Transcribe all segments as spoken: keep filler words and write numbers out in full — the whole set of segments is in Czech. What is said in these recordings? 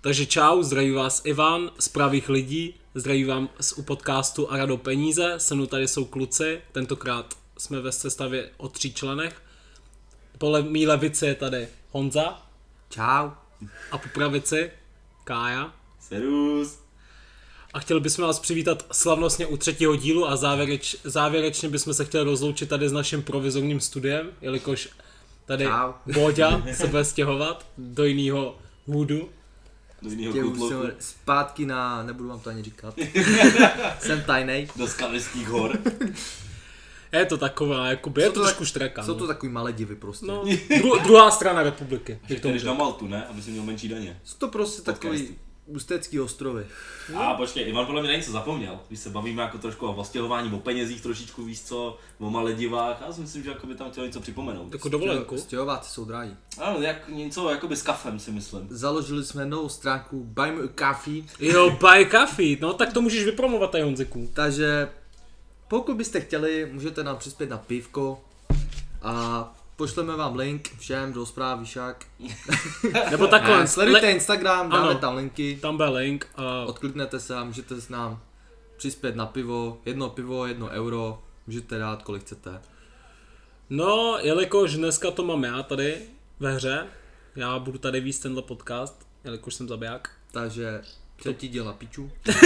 Takže čau, zdraví vás Ivan z Pravých lidí, zdraví vám z u podcastu A rado peníze, se mnou tady jsou kluci, tentokrát jsme ve sestavě o tří členech. Po le- mý levici je tady Honza. Čau. A po pravici Kája. Serus. A chtěli bychom vás přivítat slavnostně u třetího dílu a závěreč, závěrečně bychom se chtěli rozloučit tady s naším provizorním studiem, jelikož tady Čau. Boďa se bude stěhovat do jiného hůdu. Do jiného Těhu kutloku. jsem zpátky na, nebudu vám to ani říkat. Jsem tajnej. Do Skalických hor. Je to taková, jakoby, je Jsou to to trošku tak- štreka. Jsou no. to takový malé divy prostě. No, dru, druhá strana republiky. Že bych tomu jdeš na řekl. Maltu, ne? Aby si měl menší daně. Jsou to prostě takový Podcasty. ústecký ostrovy. A počkej, Ivan podle mě něco zapomněl. Když se bavíme jako trošku o ostěhování, o penězích trošičku, víš co, o Maledivách. Já si myslím, že jako by tam chtěl něco připomenout. Jako dovolenku. Stěhováci jsou drahí. Ano, jak něco jakoby s kafem si myslím. Založili jsme novou stránku Buy Me a Coffee, Jo, buy coffee, no tak to můžeš vypromovat tady Honziku. takže pokud byste chtěli, můžete nám přispět na pivko a pošleme vám link všem do zprávy však. Nebo takhle, Ne, sledujte le- Instagram, dáme Ano. tam linky, tam bude link a odkliknete se a můžete s nám přispět na pivo, jedno pivo, jedno euro, můžete dát kolik chcete. no, jelikož dneska to mám já tady ve hře, já budu tady víc tenhle podcast, jelikož jsem zabiják. Takže třetí díl na piču.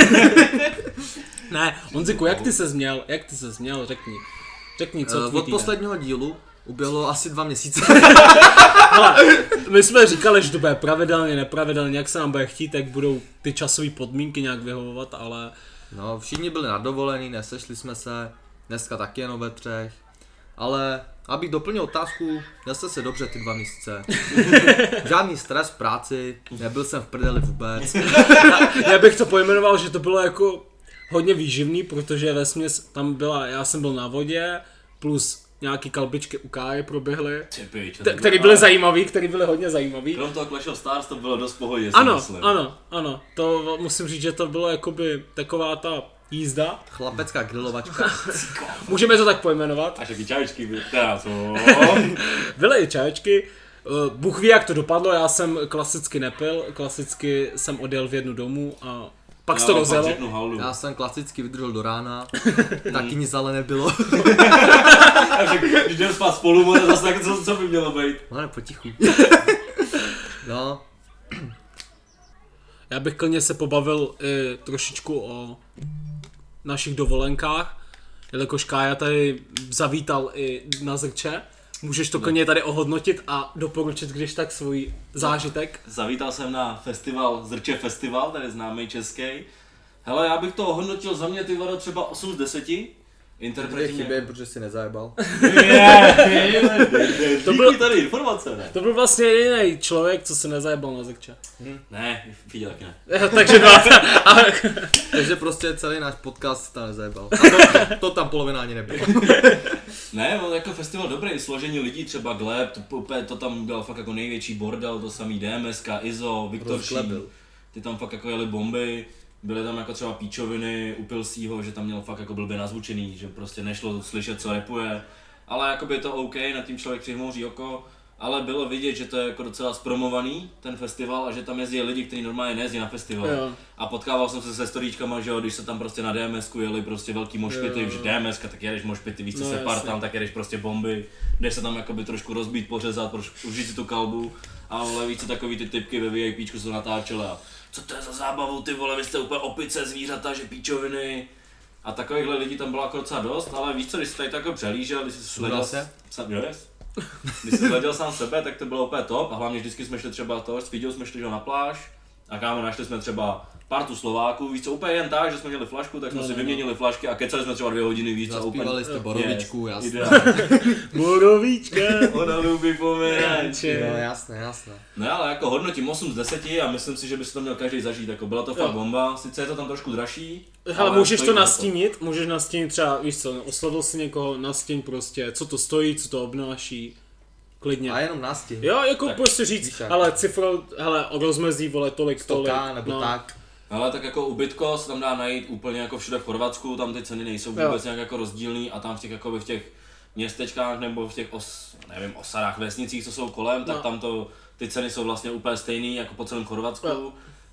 Ne, Honziku, jak ty se změl, jak ty se změl, řekni. Řekni, co Uh, tvůj od týden. posledního dílu uběhlo asi dva měsíce. Hele, my jsme říkali, že to bude pravidelně, nepravidelně, jak se nám bude chtít, jak budou ty časové podmínky nějak vyhovovat, ale No, všichni byli na dovolený, nesešli jsme se, dneska taky jenom ve třech. Ale abych doplnil otázku, měl jste se dobře ty dva měsíce. Žádný stres v práci, nebyl jsem v prdeli vůbec. já bych to pojmenoval, že to bylo jako hodně výživný, protože vesměs tam byla, já jsem byl na vodě, plus nějaký kalbičky u Káje proběhly, Čepi, čo, t- které byly zajímavý, které byly hodně zajímavý. Krom toho Clash of Stars to bylo dost pohodě, si Ano, myslím. ano, ano, to musím říct, že to bylo jakoby taková ta jízda, Chlapecká grilovačka. můžeme to tak pojmenovat. Až jaký čaječky by, teda co? Byly i čaječky, uh, Bůh ví, jak to dopadlo, já jsem klasicky nepil, klasicky jsem odjel v jednu domů a pak se to Já vám rozjelo. pak řeknu haldu. Já jsem klasicky vydržel do rána, taky nic ale nebylo. Takže když jdem spát spolu, bude zase tak, co, co by mělo být. No ne, potichu. No, Já bych klidně se pobavil i trošičku o našich dovolenkách, jelikož Kája tady zavítal i na Zrče. Můžeš to klidně tady ohodnotit a doporučit, když tak svůj zážitek. Zavítal jsem na festival, Zrče Festival, tady známý český. Hele, já bych to ohodnotil za mě ty vado třeba osm z deseti. je Interpreti mě. chybě, protože si nezajebal. To To bylo- bylo tady informace, ne? To byl vlastně jediný člověk, co se nezajebal na Zrče. Ne, Fídě taky ne. Takže dva. Ale Takže prostě celý náš podcast si tam nezajebal. A to, to tam polovina ani nebylo. Ne, on jako festival dobrý, složení lidí, třeba Gleb, to, úplně, to tam byl fakt jako největší bordel, to samý D M S K, Izo, Viktor Ší, Rozklebil. ty tam fakt jako jeli bomby, byly tam jako třeba píčoviny u Pilsího, že tam měl fakt jako blbě nazvučený, že prostě nešlo slyšet, co rapuje, ale jako by je to OK, nad tím člověk přihmouří oko, ale bylo vidět, že to je jako docela zpromovaný, ten festival, a že tam jezdí lidi, kteří normálně nejezdí na festival. Jo. A potkával jsem se se storíčkama, že jo, když se tam prostě na DMSku jeli prostě velký mošpity, Jo. že DMSka, tak jedeš mošpity, víš co No, se jasně. partam, tak jedeš prostě bomby, jdeš se tam jakoby trošku rozbít, pořezat, trošku užít si tu kalbu, ale víc co takový ty typky ve VIPčku jsou natáčely a co to je za zábavu, ty vole, vy jste úplně opice, zvířata, že píčoviny. A takovýchhle lidí tam bylo jako docela dost, ale víš co, když jsi tady tak přelížel, když jsi sledil, se? Sam, jo, yes. Když jsi sledil sám sebe, tak to bylo úplně top a hlavně vždycky jsme šli třeba to, s Fíďou jsme šli že, na pláž a kámo, našli jsme třeba partu Slováků, víc co, úplně jen tak, že jsme měli flašku, tak jsme No, si no, vyměnili flašky a kecali jsme třeba dvě hodiny víc a úplně... Zaspívali jste borovičku, jasně. Ideálně. Borovíčka. Ona lubí pomeranče. No jasné, jasné. No ale jako hodnotím osm z deseti a myslím si, že by si to měl každý zažít, jako byla to fakt Jo. bomba, sice je to tam trošku dražší. Ale ale můžeš stojí to za nastínit, můžeš nastínit třeba, víš co, oslovil si někoho, nastíň prostě, co to stojí, co to obnáší, klidně. A jenom nástěň. Jo, jako Tak, prostě říct, víš jak. ale cifro, hele, o rozmezí, vole, tolik, tolik. sto tisíc nebo no. tak. Ale tak jako ubytko se tam dá najít úplně jako všude v Chorvatsku, tam ty ceny nejsou vůbec nějak jako rozdílný a tam v těch, jakoby v těch městečkách nebo v těch os, nevím, osadách, vesnicích, co jsou kolem, tak No. tam to, ty ceny jsou vlastně úplně stejný jako po celém Chorvatsku. No.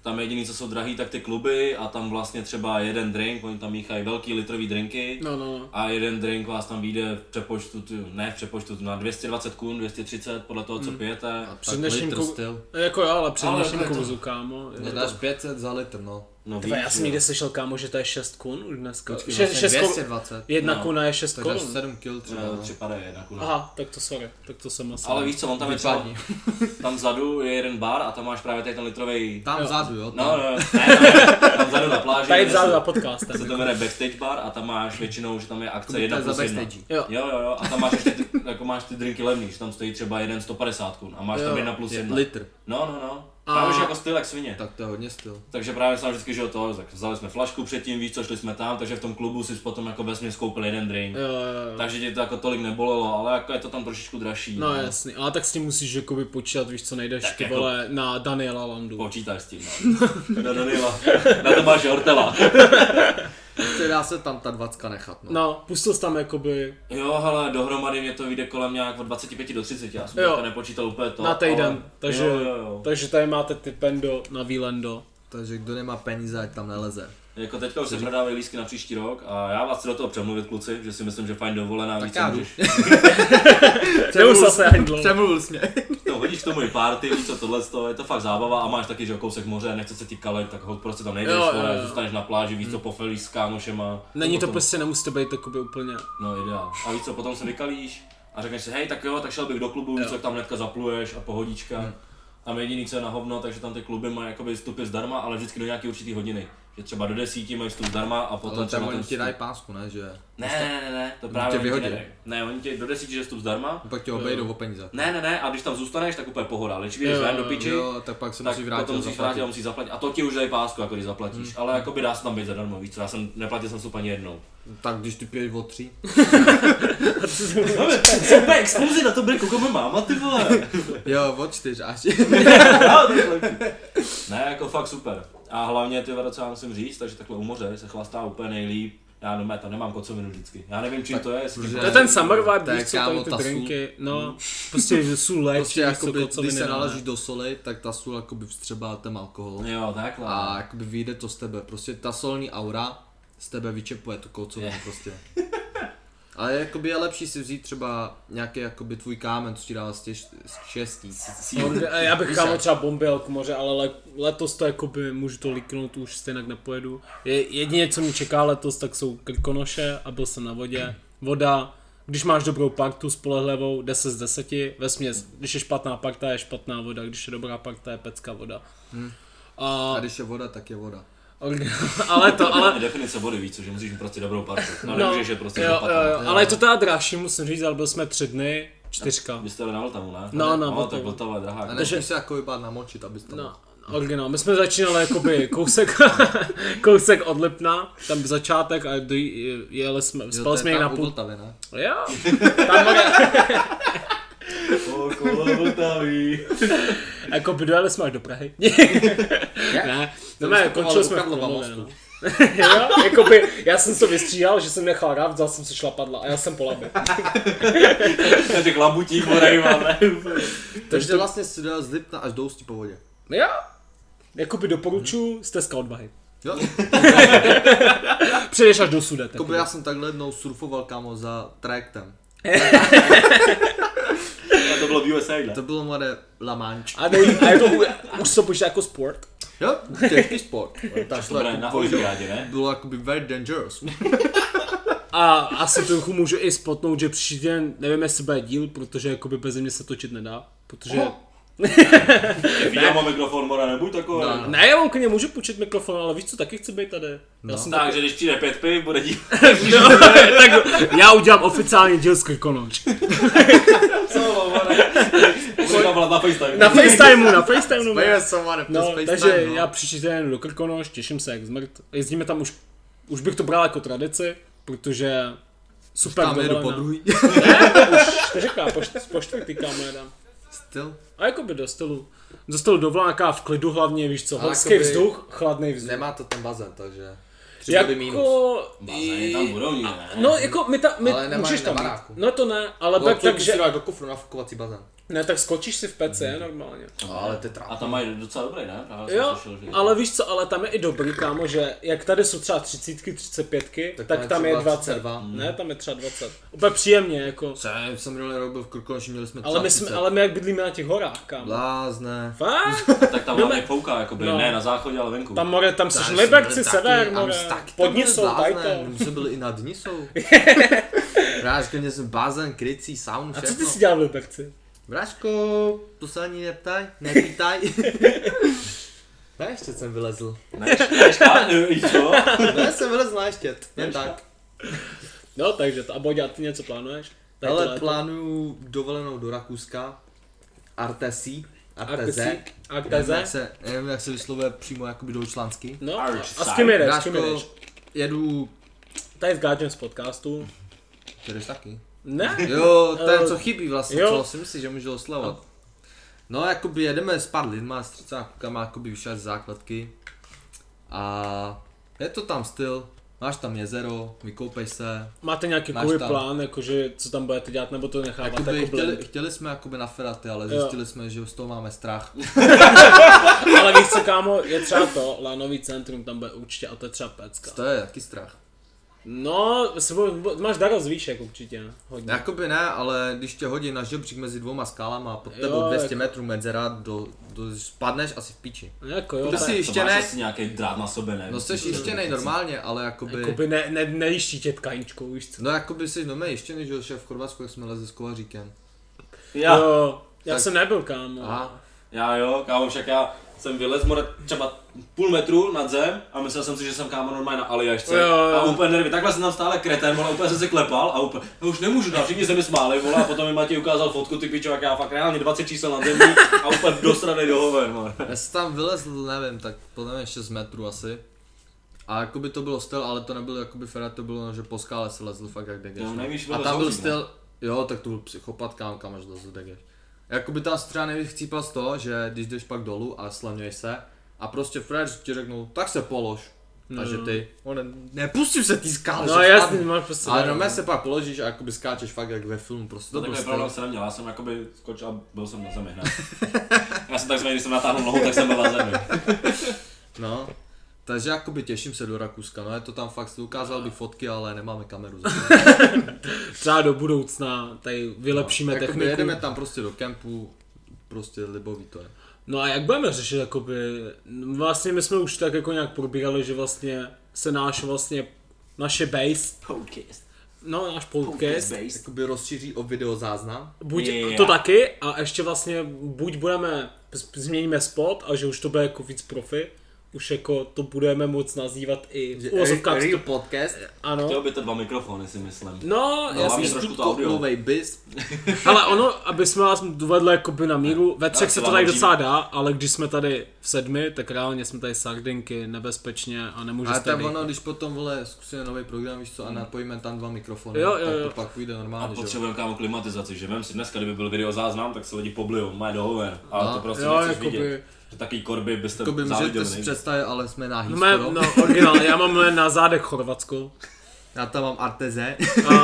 tam jediný, co jsou drahý, tak ty kluby a tam vlastně třeba jeden drink, oni tam míchají velký litrový drinky No, no, no. a jeden drink vás tam vyjde v přepočtu, ne v přepočtu, na dvě stě dvacet kun, dvě stě třicet podle toho, co Mm. pijete. A Před tak dnešním litr kou- styl. Jako jo, ale před Ale dnešním jako je to- kurzu, kámo. je Nedáš to- pět set za litr, no. No Tve, já víš, jsem jo. někde slyšel, kámo, že to je šest kun už dneska. Počkej, Še- vlastně šest dvě kun- stě dvacet. Jedna No. kuna je šest Takže až korun. sedm kil třeba. No, no. tři pade, jedna kuna. Aha, tak to sorry, tak to jsem asi... Ale víš co, on tam je třeba, Vypadni. tam vzadu je jeden bar a tam máš právě tady ten litrový. Tam Jo. vzadu, jo? No, Tam. no, ne, ne, tam vzadu na pláži. Tady jmenuje vzadu se- na podcast. se to jmenuje backstage bar a tam máš většinou, že tam je akce To je jedna za plus jedna. backstage. Jo. Jo, jo, jo, a tam máš ještě ty, jako máš ty drinky levný, že tam stojí třeba jeden sto padesát kun a máš Jo. tam jedna plus Je jedna. litr. No, no, no. A- Právě že jako styl jak svině. Tak to je hodně styl. Takže právě jsem vždycky, že jo, to, tak vzali jsme flašku předtím, víš co, šli jsme tam, takže v tom klubu si potom jako vesměs koupil jeden drink. Jo, jo, jo. Takže ti to jako tolik nebolelo, ale jako je to tam trošičku dražší. No jasný, ale tak s tím musíš jakoby počítat, víš co, nejdeš Tak ty jako- vole na Daniela Landu. Počítáš s tím, no. Na Daniela. Na to máš Hortela. Prostě dá se tam ta dvacka nechat, no. No, pustil jsi tam jakoby Jo, hele, dohromady mě to vyjde kolem nějak od dvacet pět do třicet, já jsem Jo. to nepočítal úplně to. na týden, ale... takže, Jo, jo, jo. takže tady máte ty pendo na výlendo. Takže kdo nemá peníze, ať tam neleze. Jako teďka už se prodávají lístky na příští rok a já vás chci do toho přemluvit, kluci, že si myslím, že fajn dovolená, víc já co jdu. můžeš. Nemusel se ani dlouho. Přemluvil jsi mě. To hodíš tomu i party, víš co, tohle je to fakt zábava a máš taky, že kousek moře, nechce se ti kalit, tak hoď prostě tam nejdeš, Jo, jo, vole, jo. zůstaneš na pláži, víš co, pofelíš s kámošema. Není to potom- prostě, nemusíte být jakoby úplně. No ideál. A víš co, potom se vykalíš a řekneš si, hej, tak jo, tak šel bych do klubu, víš co, tam hnedka zapluješ a pohodička. Hmm. Tam jediný, co je na hovno, takže tam ty kluby mají jakoby vstupy zdarma, ale vždycky do nějaký určitý hodiny. Že třeba do desíti mají vstup zdarma a potom Ale třeba tam ten oni ti vstup. dají pásku, ne, že? Ne, ne, ne, ne, to Oni právě tě oni ti vyhodí. nedají. Ne, oni ti do desíti, že vstup zdarma. Pak tě obejdou o peníze. Ne, ne, ne, a když tam zůstaneš, tak úplně pohoda, ale když vyjdeš Jo, ven do piči, Jo, tak pak se tak musí vrátit potom a musíš zaplatit. vrátit a musíš zaplatit. A to ti už dají pásku, jako když zaplatíš, Hmm. ale jakoby dá se tam být zadarmo, víš co, já jsem neplatil jsem vstup ani jednou. Tak když ty piješ o tři. Super exkluzi, na to bude koukome máma, ty vole. Jo, o čtyř až. Ne, jako fakt super. A hlavně ty vada, co já musím říct, takže takhle u moře se chlastá úplně nejlíp. Já no, tam nemám kocovinu vždycky. Já nevím, čím Tak, to je. Jestli protože- To je ten summer To vibe, je, víš co, kámo, tady ty ta sůl. drinky, no, prostě že sůl léčí, Prostě víš co, jakoby, kocoviny když se ne. naložíš do soli, tak ta sůl jakoby vstřebá ten alkohol. Jo, takhle. A jakoby vyjde to z tebe. Prostě ta solní aura z tebe vyčepuje tu kocovinu Je. prostě. Ale jakoby je lepší si vzít třeba nějaký jakoby tvůj kámen, co ti dává stěž, štěstí. No, já bych Víš kámo jak? třeba bombil k moře, ale le, letos to jakoby můžu to líknout, už stejně nepojedu. Je, jedině co mě čeká letos, tak jsou krkonoše a byl jsem na vodě. Voda, když máš dobrou partu spolehlivou, deset z deseti, vesměs, když je špatná parta, je špatná voda, když je dobrá parta, je pecka voda. Hmm. A, A když je voda, tak je voda. ale to, ale... Ale... definice vody víc, že musíš mít prostě dobrou partu. No, No, nemůžeš je prostě jo, jo, špatná. jo, ale je to teda dražší, musím říct, ale byl jsme tři dny, čtyřka. Vy jste jeli na Vltavu, ne? No, na no Vltavu. tak Vltava je drahá. A jako. nesmíš se jako vybát namočit, abys tam... No, originál. My jsme začínali jakoby kousek, kousek od Lipna, tam začátek a do, jeli jsme, spali jsme někde na půl. Vltavě, ne? Jo, tam Okolo Vltavy. jakoby dojeli jsme až do Prahy. Ne, no ne, jste končili pomalu jsme v Karlova Krumlově, mostu. no. Jo, jakoby, já jsem to vystříhal, že jsem nechal rád, vzal jsem si šlapadla a já jsem po labě. Na těch labutích vorej máme. Takže to vlastně si dal z Lipna až do Ústí po vodě. Jo, jakoby doporučuji, stezka odvahy. Jo? Přijdeš až do Sudet. Jakoby já jsem takhle jednou surfoval, kámo, za trajektem. A to bylo v U S A, ne? To bylo moje La Manche. A, nej, a jako, už to počítá jako sport? Jo, těžký sport. Tak To bude na olympiádě, ne? bylo jakoby very dangerous. A asi trochu můžu i spotnout, že příští den, nevím jestli bude díl, protože jakoby bez mě se točit nedá, protože... Oho. Já mám mikrofon, Mora, nebuď takový. No, no. Ne, já mám klidně můžu půjčit mikrofon, ale víš co, taky chci být tady. No. Já jsem Takže když přijde pět piv, bude díl. no, tak já udělám oficiálně díl z Krkonoš. Co, Mora? Bude tam volat na FaceTime. Na FaceTimeu, na FaceTimeu. Vejme somare, No, FaceTime, takže no. já příští den do Krkonoš, těším se jak zmrt. Jezdíme tam už, už bych to bral jako tradici, protože super Tam jedu po dovolená. druhý. Ne, už to říká, po, št- po čtvrtý kámo jedám. Styl. A jakoby do stylu. Do stylu dovolená v klidu hlavně, víš co, Ale horský jakoby- vzduch, chladný vzduch. Nemá to ten bazén, takže... Tři body minus. Jako... Bazény tam budou mít, ne? No jako my, ta, my Ale nemá můžeš na tam baráku. mít. No to ne, ale No, tak, tak, takže... si dáš do kufru nafukovací bazén. Ne, tak skočíš si v pece normálně. No, ale ty A tam mají docela dobrý, ne? Právě Jo, jsem slyšel, že... ale víš co, ale tam je i dobrý, kámo, že jak tady jsou třeba třicítky, třicet pětky, tak, Tak tak tam tam je je třeba dvacet. třicet dva. Ne, tam je třeba dvacet. Úplně příjemně, jako. Jsem, jsem minulý rok byl v Krkonoši, měli jsme Ale my, jsme, ale my jak bydlíme na těch horách, kámo. Blázne. Fakt? Tak tam No, hlavně ne- fouká, jakoby, no. ne na záchodě, ale venku. Tam more, tam jsi Tak v jsme Liberci, byli sever, taky, a more. my taky tam Pod byli Nisou, tady blázne, to. My jsme byli i nad Nisou. Bráško, měl jsem bazén, krycí, saunu, A všechno. co ty si dělal v Liberci? Bráško, to se ani neptaj, nepýtaj. Ne, ještě jsem vylezl. Ne, ne, ne, co? Ne, jsem vylezl na ještět, jen tak. No, takže to, a Boďa, ty něco plánuješ? Tady to Ale léto? plánuju dovolenou do Rakouska. Artesi. Arteze. Artesi. Nevím, Arteze. jak se, nevím, jak se vyslovuje přímo jakoby deutschlandsky. No, a Artside. a s kým jedeš, s kým Bráško, jedeš? jedu... Tady s Gáčem z podcastu. Jedeš taky? Ne? Jo, ten, Eh, co chybí vlastně, jo. co si myslíš, že může oslavovat. No, jakoby jedeme s pár lidma, s třiceti klukama, jakoby vyšel z základky. A je to tam styl, máš tam jezero, vykoupej se. Máte nějaký Máš takový tam- plán, jakože co tam budete dělat, nebo to necháváte Jakoby jako chtěli, blend? chtěli jsme jakoby na feraty, ale Jo. zjistili jsme, že z toho máme strach. Ale víš co, kámo, je třeba to, lanový centrum, tam bude určitě, a to je třeba pecka. To je taky strach. No, sebou, máš darost výšek určitě, hodně. Jakoby ne, ale když tě hodí na žebřík mezi dvěma skálama a pod tebou Jo, dvě stě jako- metrů medzera, do, do, spadneš asi v píči. Jako jo, To tak, si To ještě máš ne, asi nějaký drát na sobě, ne? no jsi ještě nej normálně, ale jakoby, jakoby ne, ne, nejíždí tě tkaničkou, víš co. no jakoby jsi no ještě než že v Chorvatsku, jak jsme lezli s kovaříkem. Já, Jo, já Tak- jsem nebyl, kámo. Aha, já jo, kámo, však já jsem vylez more třeba půl metru nad zem a myslel jsem si, že jsem kámo normálně na Aljašce. Jo, jo. A úplně nervy, takhle jsem tam stále kreten, vole, úplně jsem se klepal a úplně, já už nemůžu dát, všichni se mi smáli, vole, a potom mi Matěj ukázal fotku, ty pičo, jak já fakt reálně dvacet čísel nad zemí a úplně dostranej do hoven, vole. já jsem tam vylezl, nevím, tak podle mě šest metrů asi. A jakoby to bylo styl, ale to nebylo jakoby ferat, to bylo, že po skále se lezl fakt jak degeš. Jo, nejvíš, A vole, tam byl zoufík, styl, jo, tak to byl psychopat, kam, kam až lezl degeš. Jakoby tam se třeba nejvíc chcípal z toho, že když jdeš pak dolů a slaňuješ se a prostě Fred ti řeknou, tak se polož. Takže ty, on ne, nepustím se tý skály, No že jasný, spadnu. máš prostě... Ale normálně se pak položíš a jakoby skáčeš fakt jak ve filmu, prostě to To byl takový styl. problém jsem neměl, já jsem jakoby skočil a byl jsem na zemi hned. Já jsem takzvaný, když jsem natáhnul nohu, tak jsem byl na zemi. No, takže jakoby těším se do Rakouska, no je to tam fakt, ukázal bych fotky, ale nemáme kameru. Třeba do budoucna tady vylepšíme Jakoby techniku. jedeme tam prostě do kempu, prostě libový to je. No a jak budeme řešit, jakoby, vlastně my jsme už tak jako nějak probírali, že vlastně se náš vlastně, naše base, Podcast. no náš podcast, Based. Jakoby rozšíří o videozáznam. buď Yeah. to taky a ještě vlastně buď budeme, z- změníme spot a že už to bude jako víc profi, už jako to budeme moc nazývat i v uvozovkách. Real podcast. Ano. Chtěl by to dva mikrofony, si myslím. No, No, jasný. hlavně trošku to audio. Novej bis. Ale ono, aby jsme vás dovedli jakoby na míru, ve třech Já se si to vám tady hodím. docela dá, ale když jsme tady v sedmi, tak reálně jsme tady sardinky, nebezpečně a nemůže Ale se tak tady... ono, když potom vole zkusíme nový program, víš co, a napojíme tam dva mikrofony, Jo, jo, tak jo. to pak půjde A normálně, že jo. potřebujeme kámo klimatizaci, že vem si dneska, kdyby byl videozáznam, tak se lidi poblijou, mají do hoven, ale No. to prostě Jo, nechceš jakoby- vidět. Že taký korby byste Jakoby můžete záviděli si nejvíc. představit, ale jsme na No, mé, skoro. no originál, já mám na zádech Chorvatsko, Já tam mám Arteze.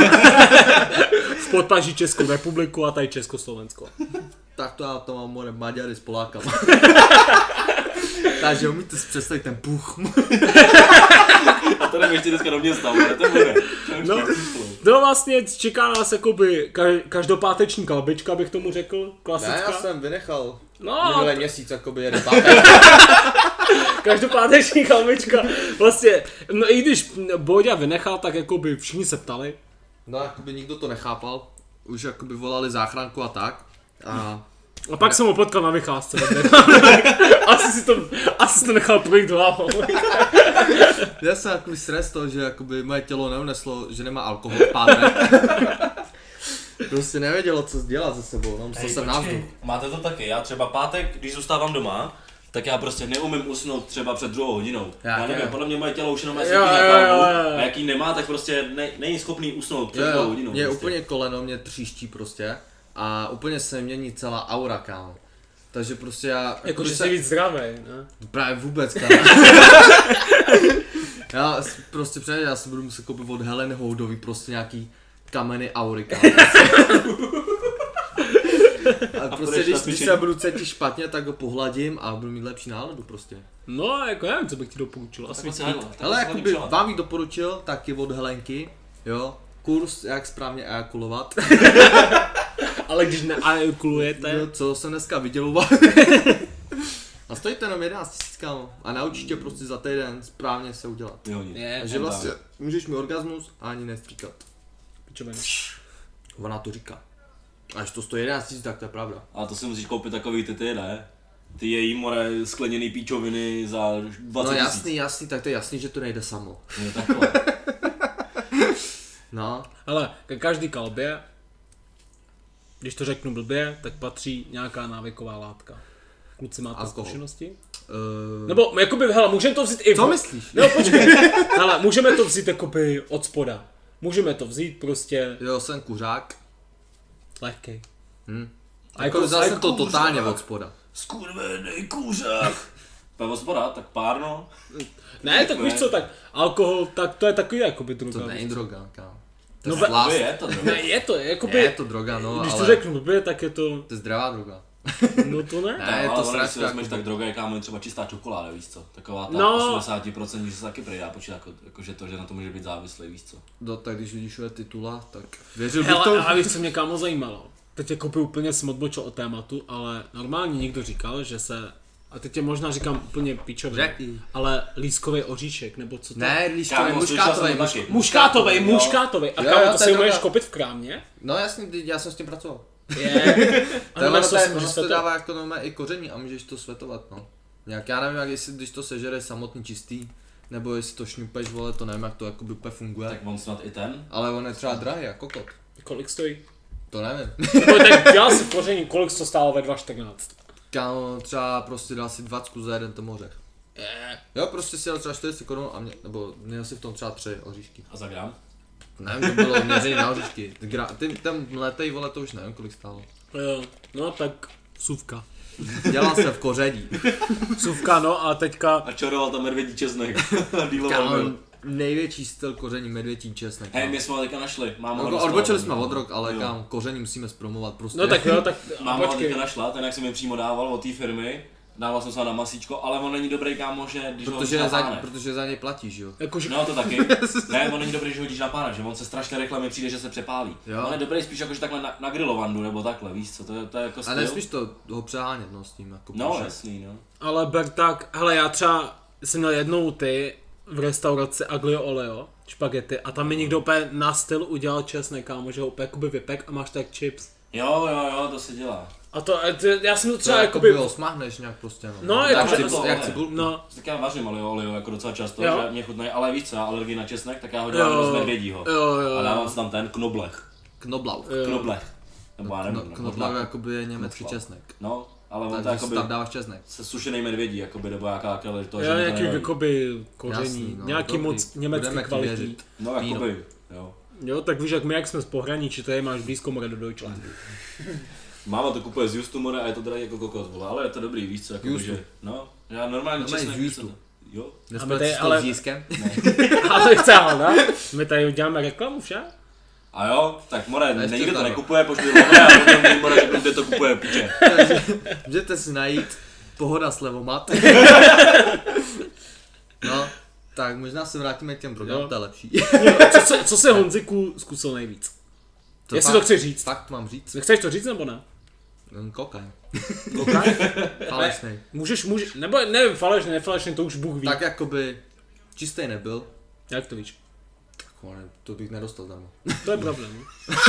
v podpaží Českou republiku a tady Československo. Tak to já to mám more Maďary s Polákama. Takže umíte si představit ten puch. A to jdeme ještě dneska do města, ale to bude. No, no vlastně čeká nás jakoby ka- každopáteční kalbička, bych tomu řekl, Ne, klasická. já jsem vynechal. No, Minulý měsíc jakoby jeden pátek. každopáteční kalbička, vlastně, no i když Boďa vynechal, tak jakoby všichni se ptali. No jakoby nikdo to nechápal. Už jakoby volali záchranku a tak. A A pak jsem ho potkal na vycházce. asi si to, asi si to nechal projít hlavou. já jsem jakoby stres toho, že jakoby moje tělo neuneslo, že nemá alkohol v pátek. Prostě nevědělo, co dělat se sebou, no musel jsem na vzduch. Máte to taky, já třeba pátek, když zůstávám doma, tak já prostě neumím usnout třeba před druhou hodinou. Já Já, nevím, ne. podle mě moje tělo už jenom má Jo, svítí na jo, kávu jo, jo. a jaký nemá, tak prostě ne, není schopný usnout před Jo, druhou jo, hodinou. mě prostě. úplně koleno mě tříští prostě a úplně se mění celá aura, kámo. Takže prostě já... Jako, že se- jsi víc zdravý, ne? Právě vůbec, kámo. Já s- prostě přijde, já si budu muset koupit od Helen Houdový prostě nějaký kameny aury, kámo. A prostě půjdeš když, na když cvičení? se budu cítit špatně, tak ho pohladím a budu mít lepší náladu prostě. No, jako já nevím, co bych ti doporučil. Asi Tak víc. se hledla. Ale jakoby vám bych doporučil, tak je od Helenky, jo, kurz jak správně ejakulovat, Ale když neakulujete, jo, co jsem dneska vyděloval. A stojí to jenom jedenáct tisíc, kámo. A naučí tě prostě za týden správně se udělat. Vyhodit. je, Takže vlastně můžeš mít orgasmus a ani nestříkat. pičovina. Ona to říká. A až to stojí jedenáct tisíc, tak to je pravda. Ale to si musíš koupit takový ty ty, ne? Ty její more skleněný píčoviny za dvacet No tisíc. jasný, jasný, tak to je jasný, že to nejde samo. Jo, takhle. No, Ale ke každý kalbě, když to řeknu blbě, tak patří nějaká návyková látka. Kluci, máte Alkohol. zkušenosti? uh, Nebo, jakoby, hele, můžeme to vzít i... co v- myslíš? No počkej, hele, můžeme to vzít jakoby od spoda. Můžeme to vzít prostě Jo, jsem kuřák. lehkej. Hm. A Jako jako zase jako to kuřák. totálně od spoda. Skurvený kuřák. Pavel Zbora, tak pár no. Ne, tak Ne. víš co, tak alkohol, tak to je takový jakoby droga. To není víš co. droga, kámo. To No je ve- slast. To je to, no. Ne, je to, je jakoby, Je to droga, no, když ale to řeknu blbě, tak je to, to je zdravá droga. no to ne. Ne, je ale to ono, když si sračka. vezmeš, Jako... tak droga je kámo třeba čistá čokoláda, víš co? Taková ta No. osmdesát procent, že se taky přejdá počít jako, jako, že to, že na to může být závislý, víš co? No, tak když vidíš je titula, tak věřil bych Hele, to. a víš, co mě kámo zajímalo? Teď jakoby úplně jsem odbočil od tématu, ale normálně někdo říkal, že se, a teď je možná říkám úplně pičově, Řekni. ale lískový oříšek, nebo co to? Ne, lískový, Kámo, slyšel muškátový, jsem to muš... taky. Muškátovej, Jo. muškátovej. A Jo, kámo, jo, to to si je můžeš droga. koupit v krámě? No jasně, teď já jsem s tím pracoval. Je. A To je máš ono, to to, si je- můžeš ono se to svetovat. dává jako normálně i koření a můžeš to svetovat, no. Nějak já nevím, jak jestli když to sežere samotný čistý, nebo jestli to šňupeš, vole, to nevím, jak to jakoby úplně funguje. Tak on snad i ten. Ale on je třeba drahý, jako kokot. Kolik stojí? To nevím. No, tak dělal si v koření, kolik to stálo ve dva čtrnáct? Kámo, třeba prostě dal si dvacet za jeden ten mořech. Je. Jo, prostě si dal třeba čtyřicet korun a mě, nebo měl si v tom třeba tři oříšky. A za gram? Nevím, to bylo měřený na oříšky. Gra, ty, ten mletej, vole, to už nevím, kolik stálo. Jo, no tak suvka. Dělal jsem v koření. Suvka, no a teďka, A čaroval tam medvědí česnek. A díloval Kámo, byl. největší styl koření medvědí česnek. Hej, kámo. my jsme ho teďka našli. Máma ho Jako dostala. odbočili jsme od rok, ale Jo. kámo, koření musíme zpromovat prostě. no tak jo, tak Máma ho počkej. teďka našla, ten jak jsem mi přímo dával od té firmy. Dával jsem se ho na masíčko, ale on není dobrý kámo, že když Protože, ho za, hodíš na pánev. protože za něj platíš, jo. Jakože, No to taky. Ne, on není dobrý, že ho hodíš na pánev, že on se strašně rychle mi přijde, že se přepálí. Jo. On je dobrý spíš jakože takhle na, na grilovandu nebo takhle, víš co, to je, to je jako A styl. nesmíš to ho přehánět, no, s tím, jako No protože- jasný, no. ale ber tak, hele já třeba jsem měl jednou ty v restauraci Aglio Olio, špagety a tam mi někdo úplně na styl udělal česnek, kámo, že ho úplně jakoby vypek a máš tak chips. Jo, jo, jo, to se dělá. A to, a to já jsem to Třeba třeba jako jakoby, by ho smáhneš nějak prostě, no. No, jak, jako, že- cibul, jak cibulku. no, Tak já vařím olio, olio jako docela často, Jo. že mě chutnají, ale víc co, já alergii na česnek, tak já ho dělám Jo. z medvědího. jo, jo, A dávám jo. si tam ten knoblech. Knoblauch. Jo. Knoblech. Nebo já nevím, Kno, no, knoblauch knoblech. jakoby je německý Knoblauch. česnek. No, ale on to Takže si jakoby tam dáváš česnek. se sušený medvědí, jakoby, nebo jaká kele, to, že Jo, mi to nějaký nevadí. jakoby koření, Jasný, no, nějaký dobrý. moc německy Budeme ti kvalitní. věřit. No, Víno. jakoby, jo. Jo, tak víš, jak my, jak jsme z pohraničí, tady máš blízko more do Deutschlandu. Máma to kupuje z Justu more a je to drahý jako kokos, vole, ale je to dobrý, víš co, jakoby, Justu. že, no, já normálně Normálně česnek, z víš co, Justu. jo. Nespoň tady- si to ale- s jízkem. Ale chce, ne? My tady děláme reklamu však? A jo, tak more, ještě nikdo to tam. nekupuje, pošli love a potom more řeknu, kde to kupuje, piče. Takže můžete si najít pohoda slevomat. No, tak možná se vrátíme k těm drogám, Jo. to je lepší. Co, co, co se Honziku zkusil nejvíc? To Jestli fakt- to chci říct. Fakt mám říct. Chceš to říct nebo ne? Hm, Kokain. Kokain? Falešnej. Můžeš, můžeš, nebo nevím, falešný, nefalešný, to už Bůh ví. Tak jakoby čistý nebyl. Jak to víš? Tak ne, to bych nedostal darmo. To je problém.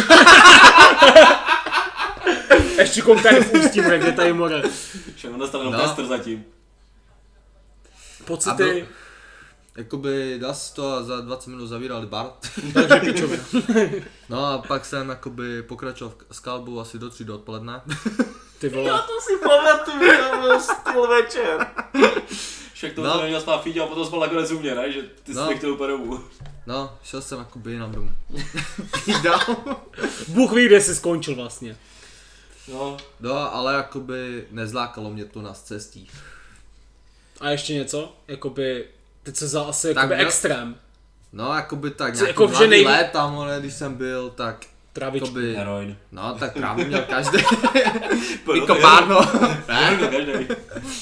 Ještě koukaj v ústí, more, kde tady more. Však on dostal jenom No. tester zatím. Pocity, A byl- Jakoby dal si to a za dvacet minut zavírali bar. takže pičovina. No a pak jsem jakoby pokračoval v- s kalbou asi do tří do odpoledne. Ty vole. To si pamatuju, to byl styl večer. Však to No. no. neměl spát Fíďa a potom spal nakonec u mě, ne? Že ty jsi No. nechtěl úplně domů. No, šel jsem jakoby jinam domů. Dál. Bůh ví, kde jsi skončil vlastně. No, No, ale jakoby nezlákalo mě to na cestí. A ještě něco? Jakoby, teď se vzal asi Tak jakoby měl- extrém. No, jakoby tak Co, nějaký jako, že mladý nejví- léta, more, když jsem byl, tak Trávičku. jakoby, Heroin. no tak trávu měl každý. No, I kopárno. Heroin každý. Uh,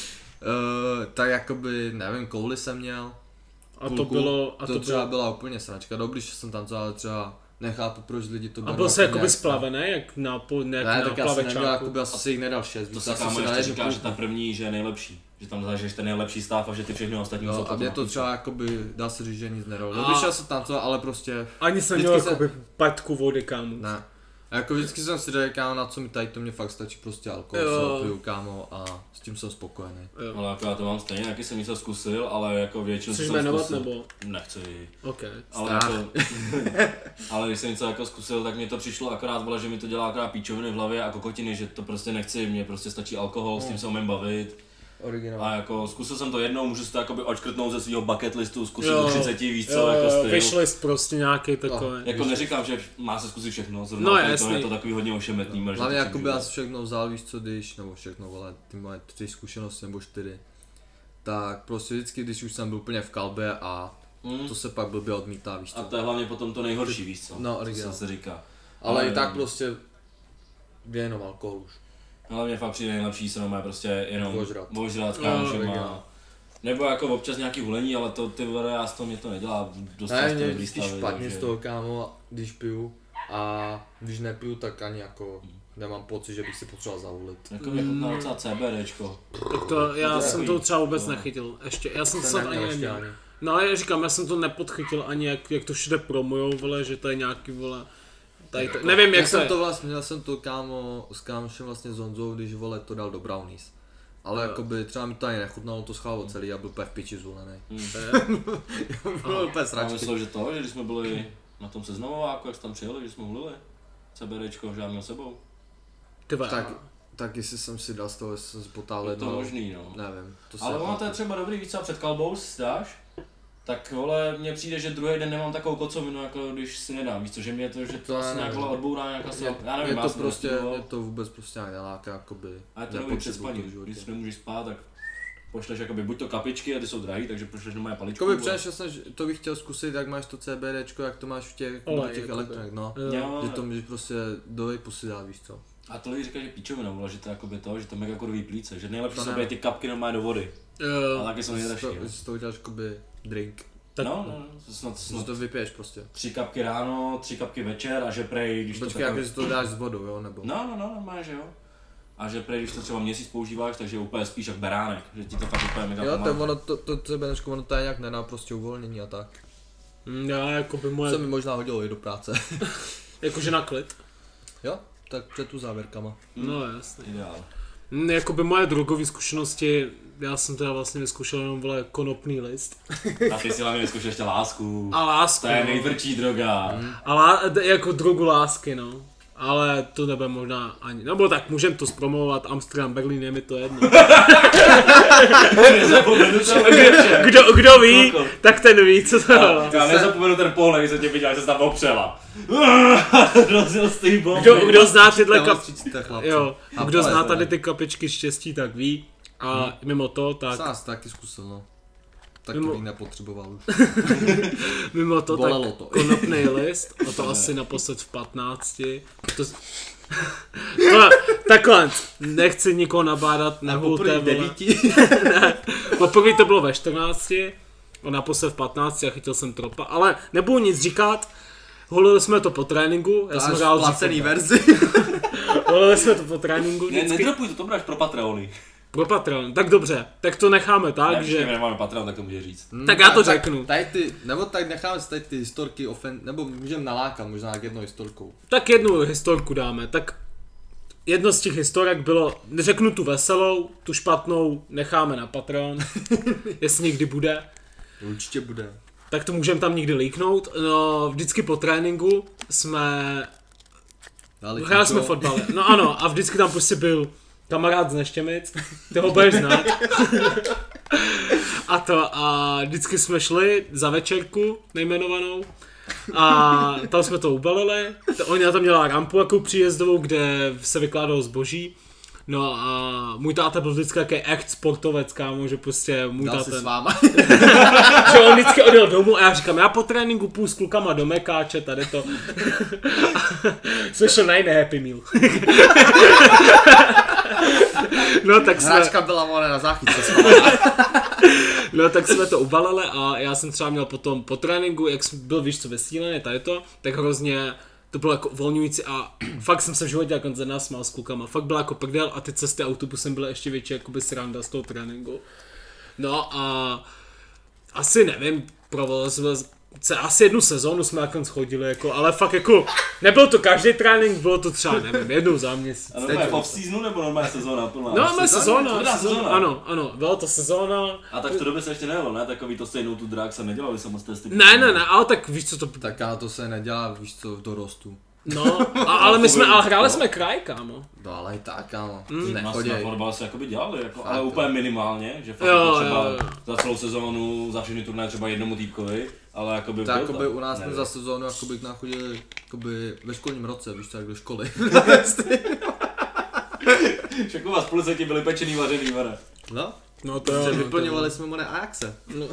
tak jakoby, nevím, kouli jsem měl. A to půlku. bylo... A to, to třeba bylo, byla úplně sračka. Dobrý, že jsem tancoval, ale třeba nechápu, proč lidi to a berou byl se jako jakoby nějak- splavený, jak na, po, jak Ne, na tak já jsem neměl, plavečáku. jakoby, asi si jich nedal šest. To víc, se já jsem kámo si dal ještě jednu říká, že půlku. ta první, že je nejlepší. Že tam zažiješ ten nejlepší stav a že ty všechny ostatní jsou No, a potom mě na to píču. třeba jakoby, dá se říct, že nic nedalo. A- Dobrý, že já jsem tancoval, ale prostě, Ani jsem vždycky měl se- jakoby patku vody, kámo. ne. A jako vždycky jsem si řekl, kámo, na co mi tady to mě fakt stačí prostě alkohol, Jo. se opiju, kámo, a s tím jsem spokojený. Jo. Ale jako já to mám stejně, taky jsem něco zkusil, ale jako většinu Chceš jsem jmenovat zkusil. nebo? Nechci. OK. Ale, Strach. jako, ale když jsem něco jako zkusil, tak mi to přišlo akorát, vole, že mi to dělá akorát píčoviny v hlavě a kokotiny, že to prostě nechci, mně prostě stačí alkohol, s tím se umím bavit. Originál. A jako zkusil jsem to jednou, můžu si to jakoby odškrtnout ze svého bucket listu, zkusit Jo. do třicet, víš co, Jo, jako jo, styl. wishlist prostě nějaký takový. Jako neříkám, že má se zkusit všechno, zrovna No, tady to jasný. je to takový hodně ošemetný. že Hlavně to jakoby přežiju. já si všechno vzal, víš co, když, nebo všechno, vole, ty moje tři zkušenosti nebo čtyři. Tak prostě vždycky, když už jsem byl úplně v kalbě a Mm. to se pak blbě odmítá, víš A co. to je hlavně potom to nejhorší, víš co, No, co originál. se říká. Ale ale- i tak prostě je jenom alkohol už. Ale mě fakt přijde nejlepší se normálně prostě jenom Ožrat. ožrat s No, kámošema. originál. Nebo jako občas nějaký hulení, ale to ty vole, já z toho mě to nedělá dost Ne, často mě je dobrý vždycky stavy, špatně takže- z toho, kámo, když piju a když nepiju, tak ani jako nemám pocit, že bych si potřeboval zavolit. Jako mě chutná docela CBDčko. Tak to, já to je jsem takový- to třeba vůbec to- nechytil. Ještě, já jsem to Jsem snad neměl ani ještě neměl. ani. No ale říkám, já jsem to nepodchytil ani jak, jak to všude promujou, vole, že to je nějaký, vole, tady to, nevím Já jak to jsem je. to vlastně, měl jsem to kámo, s kámošem vlastně s Honzou, když vole to dal do brownies. Ale Jo. jakoby třeba mi to ani nechutnalo to schválilo celý, já byl úplně v piči zvolený. Hmm. Bylo úplně A sračky. myslel, že to, že když jsme byli na tom seznamováku, jak jste tam přijeli, že jsme hulili. CBDčko, že já měl sebou. Ty vole, Tak, tak jestli jsem si dal z toho, jestli jsem si potáhl Je to jedno, možný, no. nevím. To se Ale ono to je nepamatuju. třeba dobrý, víc, co před kalbou si dáš, tak vole, mně přijde, že druhý den nemám takovou kocovinu, jako když si nedám, víš co, že mě to, že to, To asi já nějak nevím. vole odbourá nějaká se, Mě, já nevím, mě já to jsem prostě, nestudoval. mě to vůbec prostě nějak neláká, jakoby. A je to dobrý před nepotřebuji to v spaním, životě. když nemůžeš spát, tak pošleš jakoby buď to kapičky a ty jsou drahý, takže pošleš na moje paličku. Jakoby přemýšlel jsem, že to bych chtěl zkusit, jak máš to CBDčko, jak to máš v těch, Olej, v těch jakoby. elektronik, no. Jo. Jo, Že to můžeš prostě do vejpu si dát, víš co. a to lidi říkají, že píčovina, vole, že to je jakoby to, že to je mega kurvý plíce, že nejlepší To jsou ne. tady ty kapky normálně do vody, Jo, ale taky jsou Že nejdražší. to, jo. že si to uděláš jakoby drink. tak, No, no, no, snad, Že snad to vypiješ prostě. tři kapky ráno, tři kapky večer a že prej, když Počkej, to jak takhle- si to dáš s vodou, jo, nebo? No, no, no, normálně, že jo. A že prej, když to třeba měsíc používáš, takže úplně spíš jak beránek, že ti to fakt úplně mega Jo, to, pomáhá. ono, to, to CBDčko, ono to je nějak nedá prostě uvolnění a tak. mm, já jakoby To moje, se mi možná hodilo i do práce. jakože na klid. Jo, tak před tu závěrkama. No jasně. Ideál. Mm, jakoby moje drogové zkušenosti, já jsem teda vlastně vyzkoušel jenom, vole, konopný list. A ty si hlavně vyzkoušel ještě lásku. A lásku, To je no. nejtvrdší droga. A lá, jako drogu lásky, no. Ale to nebude možná ani, nebo tak můžem to zpromovat, Amsterdam, Berlín, je mi to jedno. Nezapomenu to. Kdo, kdo ví, Koko. tak ten ví, co to bylo. Já nezapomenu ten pohled, když jsem tě viděl, že jsi tam opřela. Rozjel z té bomby. Kdo, kdo zná tyhle kap... Vstřícte, chlapci. Jo, A kdo pole, zná vole. tady ty kapičky štěstí, tak ví. A mimo to, tak, Jsem nás taky zkusil, no. Taky Mimo- bych nepotřeboval už. mimo to, Bolelo tak to. konopný list, a to asi naposled v patnácti. To, to, takhle, nechci nikoho nabádat, nehulte, vole. Ne, poprvé to bylo ve čtrnácti, a naposled v patnácti a chytil jsem tropa, ale nebudu nic říkat. Holili jsme to po tréninku, já To jsem až hrál v placený dřív. verzi. Holili jsme to po tréninku Ne, vždycky. nedropuj to, to budeš pro Patreony. Pro Patreon, tak dobře, tak to necháme tak, Ne, že... že... nemáme Patreon, tak to může říct. Tak já to řeknu. Tady ty, nebo tak necháme si tady ty historky ofen, nebo můžeme nalákat možná jak jednou historkou. Tak jednu historku dáme, tak jedno z těch historek bylo, řeknu tu veselou, tu špatnou necháme na Patreon, jestli někdy bude, Určitě bude. tak to můžeme tam někdy líknout. No, vždycky po tréninku jsme, Dali hráli jsme to. fotbal, no ano, a vždycky tam prostě byl kamarád z Neštěmic, ty ho budeš znát. A to, a vždycky jsme šli za večerku nejmenovanou a tam jsme to ubalili. To, oni na to měla rampu jako příjezdovou, kde se vykládalo zboží. No a můj táta byl vždycky jaký echt sportovec, kámo, že prostě můj Dal táta... si s váma. že on vždycky odjel domů a já říkám, já po tréninku půjdu s klukama do Mekáče, tady to. Jsme šel na jiné Happy Meal. no tak jsme... Hráčka byla vole na záchytce s váma. No tak jsme to ubalili a já jsem třeba měl potom po tréninku, jak jsem byl víš co vysílený, tady to, tak hrozně to bylo jako uvolňující a fakt jsem se v životě jako nasmál s klukama, fakt byla jako prdel a ty cesty autobusem byly ještě větší jakoby sranda z toho tréninku. No a asi nevím, provolil jsme asi jednu sezónu jsme nakonec chodili, jako, ale fakt jako, nebyl to každý trénink, bylo to třeba, nevím, jednou za měsíc. A normálně off-seasonu nebo normálně sezóna plná? No, normálně sezóna, sezóna, sezóna. Ano, ano, byla to sezóna. A tak v té době se ještě nejelo, ne? Takový to stejnou tu drák se nedělali samostesty. Ne, ne, ne, ale tak víš co to... Tak ale to se nedělá, víš co, v dorostu. No, a, ale my jsme, ale hráli jsme kraj, kámo. No ale i tak, kámo. Mm. Ty Na, nechoděj. na fotbal se jakoby dělali, jako, Fakt, ale jo. úplně minimálně, že fakt Jo, jako třeba jo, jo. za celou sezónu, za všechny turnaje třeba jednomu týpkovi, ale jakoby Tak byl jakoby tam, u nás jsme nevím. za sezónu jakoby k nám chodili jakoby ve školním roce, víš co, jak do školy. Však u vás policajti byli pečený, vařený, vare. No, No to že jo. vyplňovali jsme mone Ajaxe.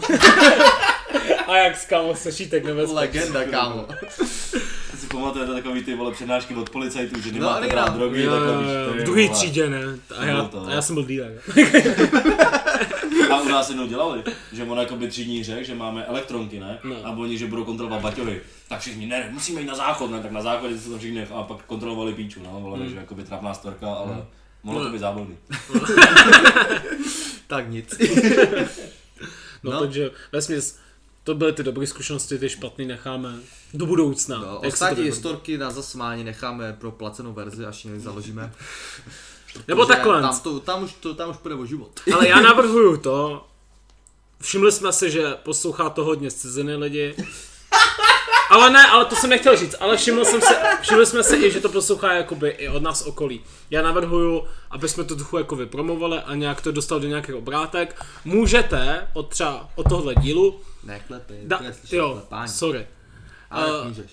A jak s kámo sešítek nebezpečný. Legenda, kámo. Si pamatujete takový ty vole přednášky od policajtů, že No, nemáte ale brát já- drogy, Jo, takhle jo, víš, jo, ty v druhé vole. třídě ne. A já, Bylo to. a já jsem byl dealer. A u nás jednou dělali, že on jakoby třídní řekl, že máme elektronky, ne? No. A oni, že budou kontrolovat baťohy. Tak všichni, ne, musíme jít na záchod, ne? Tak na záchodě se tam všichni nech- a pak kontrolovali píču, no, vole, Hmm. že jakoby trapná storka, ale mohlo No. to být zábavný. Tak nic. No, No. takže vesměs, to byly ty dobré zkušenosti, ty špatný necháme do budoucna. No, Jak se to ostatní vypadá? historky na zasmání necháme pro placenou verzi, až ji založíme. Nebo Protože takhle. Tam, to, tam, už, to, tam už půjde o život. Ale já navrhuju to, všimli jsme si, že poslouchá to hodně z ciziny lidi. Ale ne, ale to jsem nechtěl říct, ale všiml jsem se, všimli jsme si i, že to poslouchá jakoby i od nás okolí. Já navrhuju, aby jsme to trochu jako vypromovali a nějak to dostal do nějakých obrátek. Můžete od třeba od tohohle dílu, Neklepej, da, neslyšel jo, klepání. sorry, Ale eh, můžeš.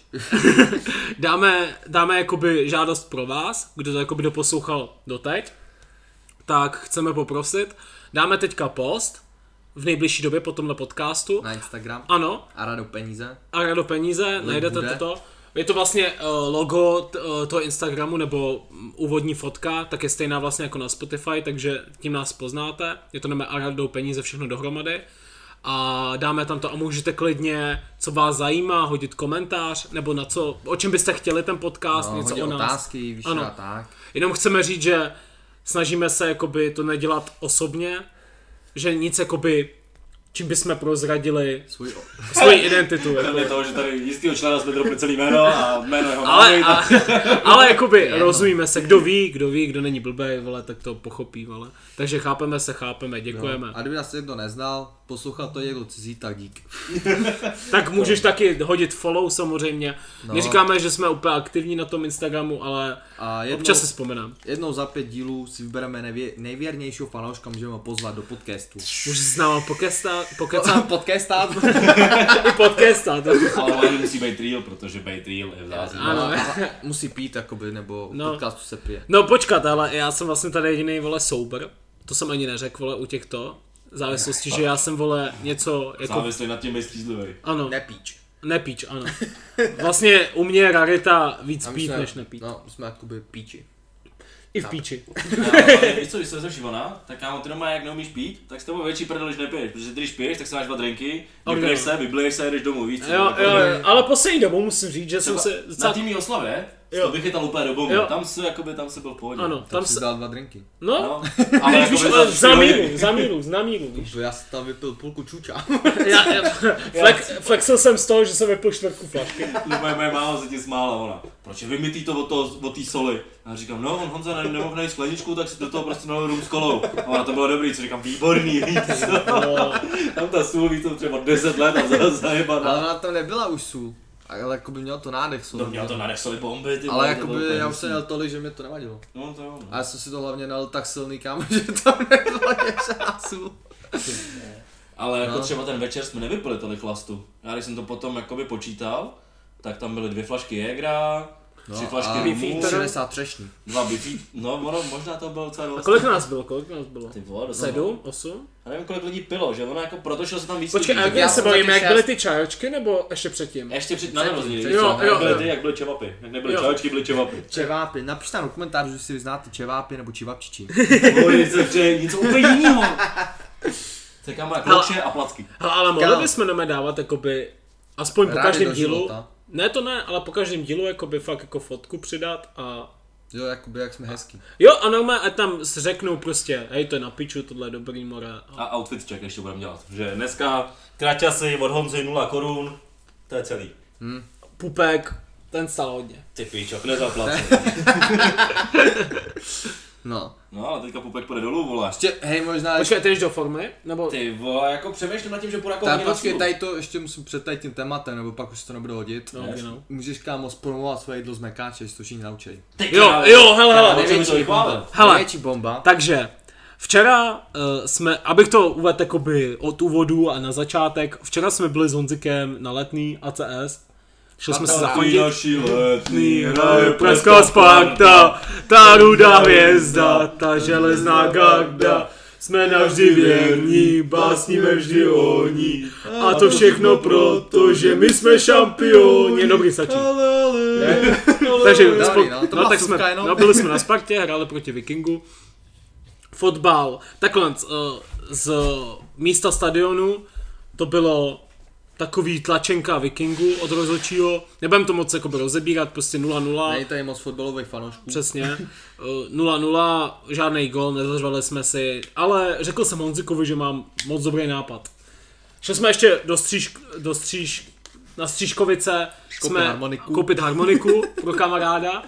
dáme, dáme jakoby žádost pro vás, kdo to jakoby doposlouchal doteď, tak chceme poprosit, dáme teďka post v nejbližší době po tomhle podcastu. Na Instagram. Ano, A rado peníze. a Rado peníze, najdete bude. toto. Je to vlastně uh, logo t, uh, toho Instagramu nebo um, úvodní fotka, tak je stejná vlastně jako na Spotify, takže tím nás poznáte. Je to jmenuje a Rado peníze všechno dohromady. A dáme tam to a můžete klidně, co vás zajímá, hodit komentář, nebo na co, o čem byste chtěli ten podcast, No, něco hodně o nás. otázky, víš Ano. a tak. Jenom chceme říct, že snažíme se jakoby to nedělat osobně, že nic jakoby, čím bychom prozradili Svůj, svoji identitu. Jako. Kromě toho, že tady jistýho člena jsme dropli celý jméno a jméno jeho Ale, mámy, a, tak ale jakoby Jedno. rozumíme se, kdo ví, kdo ví, kdo není blbej, vole, tak to pochopí, vole. Takže chápeme se, chápeme, děkujeme. no. A kdyby nás někdo neznal, poslouchal to někdo cizí, tak dík. Tak můžeš taky hodit follow samozřejmě. No. Neříkáme, že jsme úplně aktivní na tom Instagramu, ale A jednou, občas si vzpomenám. jednou za pět dílů si vybereme nevě, nejvěrnějšího fanouška, můžeme ho pozvat do podcastu. Můžeš s náma pokestat, pokecat, Podcastát? i podcastat. ale hlavně musí být real, protože být real je v zázemí. Ano. No, a musí pít, jakoby, nebo v No. podcastu se pije. No počkat, ale já jsem vlastně tady jediný, vole, sober. To jsem ani neřekl, vole, u těchto závislosti, že já jsem, vole, něco jako... Závislý nad tím, střízlivý. Ano, Nepíč. nepíč, ano. Vlastně u mě je rarita víc A my pít, jsme- než nepít. No, my jsme jakoby píči. I v píči. Ale víš co, když se vezmeš Ivana, tak kámo, ty doma jak neumíš pít, tak s tebou větší prdel, když nepiješ, protože ty když piješ, tak se máš dva drinky, vypiješ se, vybleješ se a jdeš domů, víš co? Jo, Jako- jo, jo, ale poslední dobou musím říct, že jsem Třeba se... Na tými oslavě jsi Jo. to vychytal úplně do bomby, Jo. tam se, jakoby, tam se byl v pohodě. Ano, Tam tam si se... dal dva drinky. No, No, ale ale víš, jakoby ale za za tři míru, hodiny. za míru, za míru, víš. Já jsem tam vypil půlku čuča. Já, já, flex, flexil jsem z toho, že jsem vypil čtvrtku flašky. No, moje, moje máma se ti smála, ona. Proč je vymitý to od toho- od té soli? A já říkám, no, on Honza ne, nemohl najít skleničku, tak si do toho prostě nalil rum s kolou. A ona, to bylo dobrý, co říkám, výborný, víš co? No, Tam ta sůl, víš to třeba deset let a za- zajebaná. Ale ona tam nebyla už sůl. Ale jakoby mělo to nádech sůl. No měl to nadechseli bomby, ty Ale vole, to jakoby bylo úplně já už hustý. jsem měl tolik, že mě to nevadilo. No to jo, A no. já jsem si to hlavně nalil tak silný, kámo, že tam nebyla žádná sůl. Ale jako No. třeba ten večer jsme nevypili tolik chlastu. Já když jsem to potom jakoby počítal, tak tam byly dvě flašky Jägera, No, tři flašky a rumu, šedesát třešní. dva bifí, no ono, možná to bylo docela dost. A kolik nás bylo, kolik nás bylo? Ty vole, dost Sedm, osm? Já nevím, kolik lidí pilo, že ono jako protočilo se tam víc Počkej, a lidí. jak já se jsem bavíme, taky jak byly šest. ty čajočky, nebo ještě předtím? Ještě před, na Předtím, rozdíl, předtím. Jo, jo, jak byly jo. ty, jak byly čevapy. Jak nebyly Jo. čajočky, byly čevapy. Čevápy, napište nám do komentářů, jestli vy znáte čevápy nebo čivapčiči. Bylo něco, něco úplně jiného. Se kamera kloče a placky. Hele, ale mohli Kámo. bychom nám dávat jakoby, aspoň po Rádi každém do dílu, života. ne to ne, ale po každém dílu jakoby fakt jako fotku přidat a Jo, jakoby jak jsme hezký. jo a normálně a tam řeknou prostě, hej to je na piču, tohle je dobrý more. A... A outfit check ještě budeme dělat. Že dneska kraťasy od Honzy nula korun, to je celý. Pupek, ten stál hodně. Ty píčo, nezaplacen. No. No ale teďka Pupek půjde dolů, vole. Ještě, hej, možná... Počkej, ty jdeš do formy? Nebo... Ty vole, jako přemýšlím nad tím, že půjde jako Tak hodně na počkej, sílu. tady to ještě musím před tady tím tématem, nebo pak už se to nebude hodit. No, Yes. you know. Můžeš kámo zpromovat své jídlo z mekáče, jestli to všichni naučej. Ty Jo, krávo. jo, hele, Kámo, hele. to mi to vychválil. Hele. Největší bomba. Takže, včera uh, jsme, abych to uvedl jakoby od úvodu a na začátek, včera jsme byli s Honzikem na letný A C S. Šli jsme se zafandit. naší letný Hraje Pražská Sparta, ta rudá hvězda, ta železná garda. Jsme navždy věrní, básníme vždy o ní. A to všechno proto, že my jsme šampioni. Dobrý, stačí. Takže Dobrý, spo- no, to no, byla tak vsuvka jsme, jenom. no, byli jsme na Spartě, hráli proti Vikingu. Fotbal, takhle uh, z místa stadionu to bylo takový tlačenka Vikingu od rozhodčího. Nebudem to moc jakoby rozebírat, prostě nula nula. Není tady moc fotbalových fanoušků. Přesně. Uh, nula nula, žádný gol, nezařvali jsme si, ale řekl jsem Honzikovi, že mám moc dobrý nápad. Šli jsme ještě do stříž, do stříž, na Střížkovice, Koupit jsme harmoniku. koupit harmoniku pro kamaráda.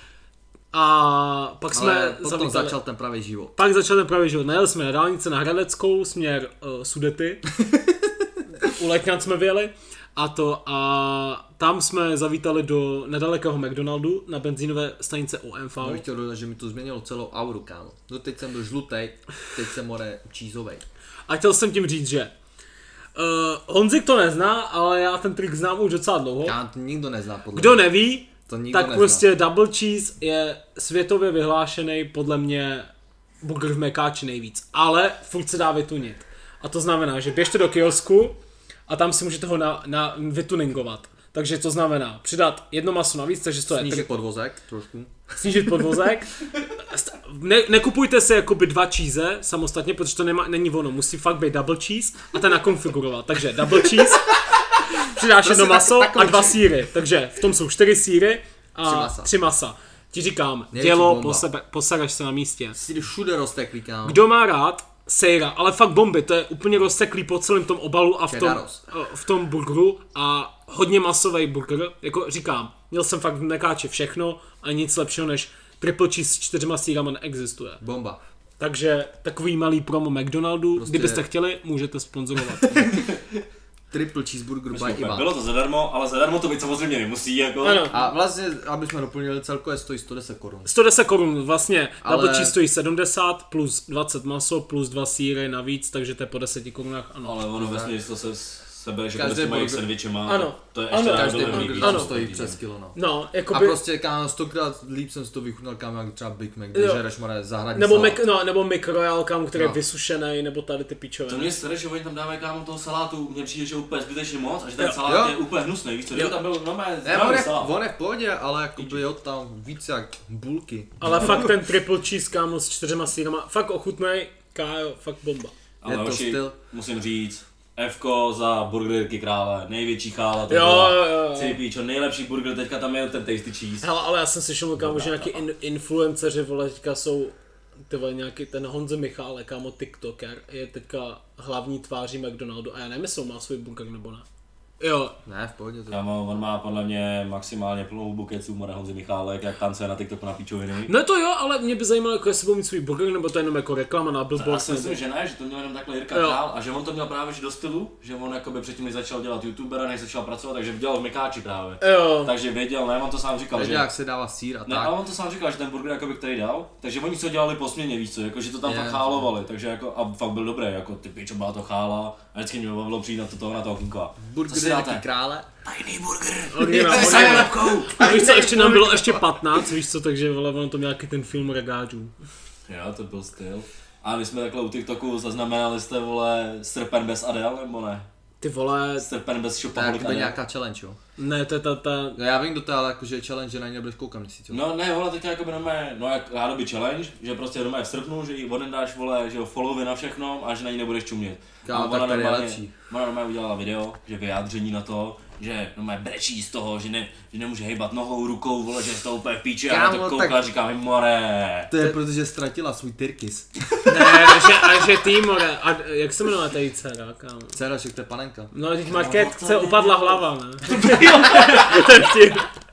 A pak jsme Ale potom zavítali. začal ten pravý život. Pak začal ten pravý život. Najeli jsme na dálnici na Hradeckou, směr uh, Sudety. U Letňan jsme vyjeli. A to a tam jsme zavítali do nedalekého McDonaldu na benzínové stanice O M V. No, bych chtěl dodat, že mi to změnilo celou auru, kámo. No teď jsem byl žlutej, teď jsem more čízovej. A chtěl jsem tím říct, že uh, Honzik to nezná, ale já ten trik znám už docela dlouho. Kámo, to nikdo nezná podle Kdo mě. neví, To nikdo tak nezná. prostě double cheese je světově vyhlášený podle mě burger v Mekáči nejvíc. Ale furt se dá vytunit. A to znamená, že běžte do kiosku a tam si můžete ho na, na vytuningovat. Takže to znamená přidat jedno maso navíc, takže to je Snížit tri- podvozek trošku. snížit podvozek. Ne, nekupujte si jakoby dva cheese samostatně, protože to nemá, není ono, musí fakt být double cheese a ten nakonfigurovat. Takže double cheese, přidáš jedno tak- maso takový a dva cheese. síry. Takže v tom jsou čtyři síry a Tři masa. tři masa. Ti říkám, Největší dělo, bomba. posebe, poseraš se na místě. Si všude rozteklý, kámo. Kdo má rád sejra, ale fakt bomby, to je úplně rozteklý po celém tom obalu a v tom, Cheddaros. v tom burgeru a hodně masový burger, jako říkám, měl jsem fakt v Mekáči všechno a nic lepšího než triple cheese s čtyřma sírama neexistuje. Bomba. Takže takový malý promo McDonaldu, Prostě- kdybyste chtěli, můžete sponzorovat. Triple cheeseburger by Ivan. Bylo to zadarmo, ale zadarmo to být samozřejmě nemusí, jako. Ano. A vlastně, aby jsme doplnili, celkově stojí sto deset korun. sto deset korun vlastně, Ale- double cheese stojí sedmdesát plus dvacet maso plus dva síry navíc, takže to je po deseti korunách, ano. Ale ono ve to se sebe, že Každý prostě mají burger- sandvičema, Ano. to je Ano. ještě Každý náhodou burger nejvíc. tam Ano. stojí přes kilo, no. No, A jakoby, prostě kámo, stokrát líp jsem si to vychutnal, kámo, jak třeba Big Mac, Jo. když žereš more zahradní nebo, salát. Mac, no, nebo McRoyal, kam, který je No. vysušený, nebo tady ty To pičoviny. mě sere, že oni tam dávají kámo toho salátu, mně přijde, že je úplně zbytečně moc a že ten Jo. salát Jo. je úplně hnusný, víš co, Jo. že tam byl normálně Ne, on zdravý je, salát. on je v pohodě, ale jakoby jo, tam víc jak bulky. Ale fakt ten triple cheese, kámo, s čtyřma sírama, fakt ochutnej, kájo, fakt bomba. Ale je to hoši, styl. musím říct, Fko za burgerky krále, největší chála to Jo, byla. jo, jo. Ty píčo, nejlepší burger, teďka tam je ten tasty cheese. Hele, ale já jsem slyšel, kámo, že nějaký in, influenceři, vole, teďka jsou, ty vole, nějaký ten Honza Michálek, kámo, tiktoker, je teďka hlavní tváří McDonaldu a já nevím, jestli má svůj burger nebo ne. Jo, Ne, v pohodě to. Kámo, on má podle mě maximálně plnou bukeců, Mora Honzi Michálek, jak tancuje na TikToku na píčoviny. no to jo, ale mě by zajímalo, jako jestli budou mít svůj burger, nebo to je jenom jako reklama na Já billboard. si myslím, že ne, že to měl jenom takhle Jirka Jo. Král a že on to měl právě že do stylu, že on jakoby předtím, než začal dělat youtubera, než začal pracovat, takže dělal v Mekáči právě. Jo, Takže věděl, ne, on to sám říkal, Věděl, že... jak se dává sír a Ne, tak. ale on to sám říkal, že ten burger jakoby, který dal, takže oni co dělali po směně, víš co, jako, že to tam Je, fakt chálovali, takže jako, a fakt byl dobrý, jako ty pičo, byla to chála a vždycky mě bavilo přijít na to toho, na toho kýnka. Burger Co si taky dáte? krále. Tajný burger. Originál, Se originál. samolepkou. A víš co, ještě nám bylo ještě patnáct, víš co, takže vole, ono to měl nějaký ten film regáčů. Jo, to byl styl. A my jsme takhle u TikToku zaznamenali jste, vole, srpen bez Adele, nebo ne? Ty vole, Srpen bez To je šopaholik jakoby Adele. nějaká challenge, jo. ne, to je ta, ta, No já vím, kdo to je, ale jakože challenge, že na ní nebudeš koukat měsíc, jo. No ne, vole, teďka jako by normálně, no jak rádoby challenge, že prostě normálně v srpnu, že jí oden dáš, vole, že jo, followy na všechno a že na ní nebudeš čumět. Kámo, A tak tady je normálně, lepší. ona normálně udělala video, že vyjádření na to, že normálně brečí z toho, že, ne, že nemůže hejbat nohou, rukou, vole, že je to úplně v píči a na Kámo, to kouká tak- a říká mi more. To je protože ztratila svůj tyrkis. ne, že, a že ty, more, a jak se jmenuje ta její dcera, kámo? Dcera, že to je panenka. No, teď Markétce upadla hlava, ne? To je vtip.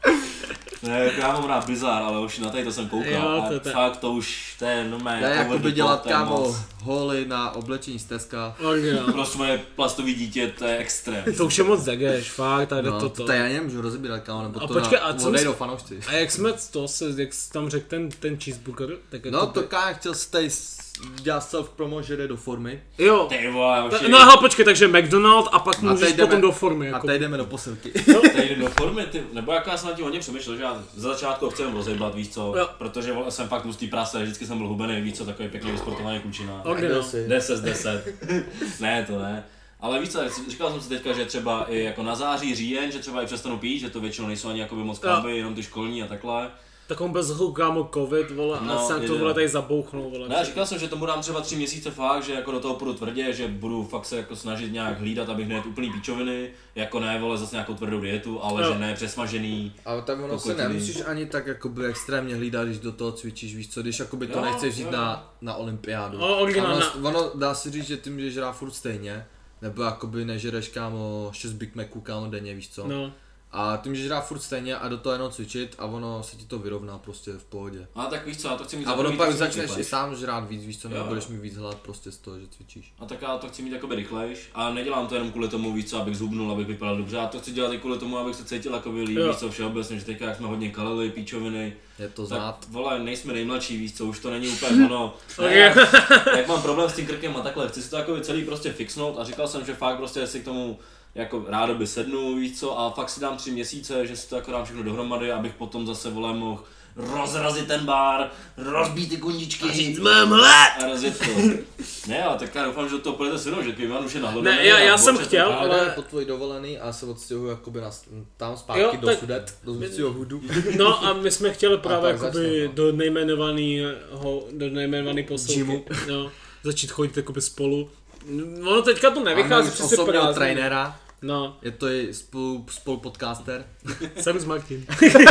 Ne, já mám rád bizar, ale už na tady to jsem koukal Jo, a to- to- fakt to už, to je normálně Já over jakoby the top, dělat, to je kámo, moc. holy na oblečení z Teska. Originál. Prostě moje plastový dítě, to je extrém. To už je moc degeš, fakt, tady No, to to, to. to já nemůžu rozebírat, kámo, nebo A to počkej, na, a co odejdou mys- fanoušci. A jak jsme to se, jak jsi tam řekl ten, ten cheeseburger, tak jako No to by- kámo, chtěl jsi tady s- dělat self-promo, že jde do formy. Jo. Ty vole, Ta- už No aha, počkej, takže McDonald a pak A můžeš teď potom jdeme- do formy, A jako. tady jdeme do posilky. tady jde do formy, ty, nebo jak já jsem na tím hodně přemýšlel, že já za začátku chci jenom rozejbat, víš co, Jo. protože vole, jsem fakt tlustý prase, vždycky jsem byl hubený, víš co, takový pěkný vysportovaný klučina. Originál. deset z deset. Ne, to ne. Ale víš co, říkal jsem si teďka, že třeba i jako na září, říjen, že třeba i přestanu pít, že to většinou nejsou ani jakoby moc klamby, jenom ty školní a takhle. Tak on bez hluku, kámo, covid, vole, No, a se na to jde. vole tady zabouchnou, vole. Ne, říkal jsem, že tomu dám třeba tři měsíce fakt, že jako do toho půjdu tvrdě, že budu fakt se jako snažit nějak hlídat, abych nejedl úplný píčoviny, jako ne, vole, zase nějakou tvrdou dietu, ale Jo. že ne přesmažený. Ale tak ono se Kokotiny. nemusíš ani tak jakoby extrémně hlídat, když do toho cvičíš, víš co, když jakoby to Jo, nechceš jít jo. na, na olympiádu. O, originál, ono, na- ono, dá se říct, že ty můžeš žrát furt stejně, nebo jakoby nežereš, kámo, šest Big Maců, kámo, denně, víš co. No. A ty můžeš žrát furt stejně a do toho jenom cvičit a ono se ti to vyrovná prostě v pohodě. A tak víš co, já to chci mít A za ono první, pak to chci mít začneš i rychlejš. sám žrát víc, víš co, Jo. nebudeš mít víc hlad prostě z toho, že cvičíš. A tak já to chci mít jakoby rychlejš a nedělám to jenom kvůli tomu, víc co, abych zhubnul, abych vypadal dobře, já to chci dělat i kvůli tomu, abych se cítil jako líp, Jo. víš co, všeobecně, že teďka jak jsme hodně kalili, píčoviny, Je to tak znát. vole, nejsme nejmladší, víš co, už to není úplně ono. Ne, Okay. jak, jak mám problém s tím krkem a takhle, chci si to jako celý prostě fixnout a říkal jsem, že fakt prostě si k tomu jako rádoby sednu, víš co, a fakt si dám tři měsíce, že si to jako dám všechno dohromady, abych potom zase vole mohl rozrazit ten bar, rozbít ty kundičky a říct mám hlad a rozjet to. Ne, ale tak já doufám, že to půjdete se mnou, že Kejvan už je nahlodaný. Ne, já- já a jsem boče, chtěl, tak- ale- Ale po tvoj dovolený a se odstěhuju jakoby na, tam zpátky Jo, do tak- Sudet, do Zvícího hudu. No a my jsme chtěli právě tak jakoby začne, no. do nejmenovaného, do nejmenovaný posilky. Gymu. No, začít chodit jakoby spolu. Ono teďka to nevychází přes ty osobního prázdniny. trenéra, No, je to i spolu, spolupodcaster. servus Martin.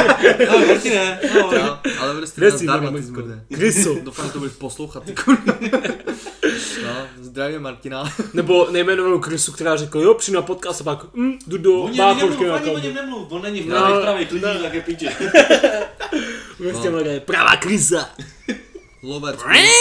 No, Martine, no. Čau, ale bude Kde stejně jsi, zdarma, Marko? ty zmrde. Kryso. Doufám, že to budeš poslouchat, ty kurva. No, zdravím Martina. Nebo nejmenovanou Krysu, která řekla, jo, přijdu na podcast a pak, hm, jdu do O něm báchorky nemluv, na ani o kalbu. něm nemluv, on není v No, pravých pravých lidí, ne. tak je píče. Prostě no. Pravá Krysa. Lovec.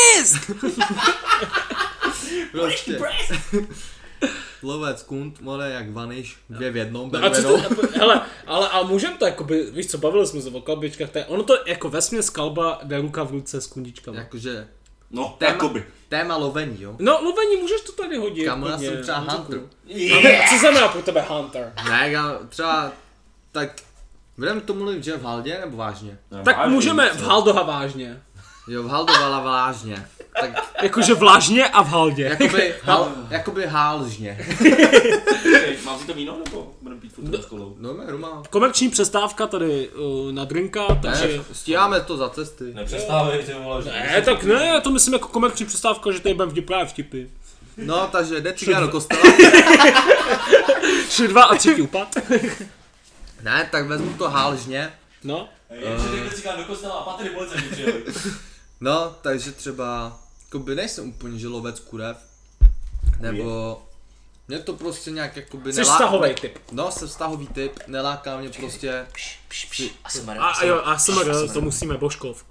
Prostě. Lovec, kunt, more jak vaniš, dvě v jednom, No a co bervenou. to, hele, ale a můžeme to jakoby, víš co, bavili jsme se o kalbičkách, to je, ono to jako vesměs kalba jde ruka v ruce s kundičkama. Jakože, No, téma, jakoby. téma lovení, jo. No, lovení, můžeš to tady hodit. Kámo, já hodně, jsem třeba no, hunter. řeknu. Co znamená pro tebe hunter? Ne, já třeba, tak, budeme to mluvit, že v Haldě, nebo vážně? Tak můžeme v Haldoha vážně. Jo, v Haldovala vážně. Tak, Jakože vlažně a v Haldě. jakoby, hal, jakoby hálžně. Okay, mám si to víno, nebo budeme pít furt s kolou? No, mé Ruma. Komerční přestávka tady uh, na drinka, takže... Ne, stíháme to za cesty. Nepřestávej, ty vole. že- Ne, tak ne, já to myslím jako komerční přestávka, že tady budeme vtip, právě vtipy. No, takže jde cigán do kostela. Tři, dva a třetí upad. Ne, tak vezmu to hálžně. No. Je, že řekl cigán do kostela a patry policajti přijeli. No, takže třeba, jakoby nejsem úplně že lovec kurev, nebo mě to prostě nějak jakoby Jsi nelá- vztahovej typ. No, jsem vztahový typ, neláká mě prostě, A, a jo, a smr, to musíme, Božkov.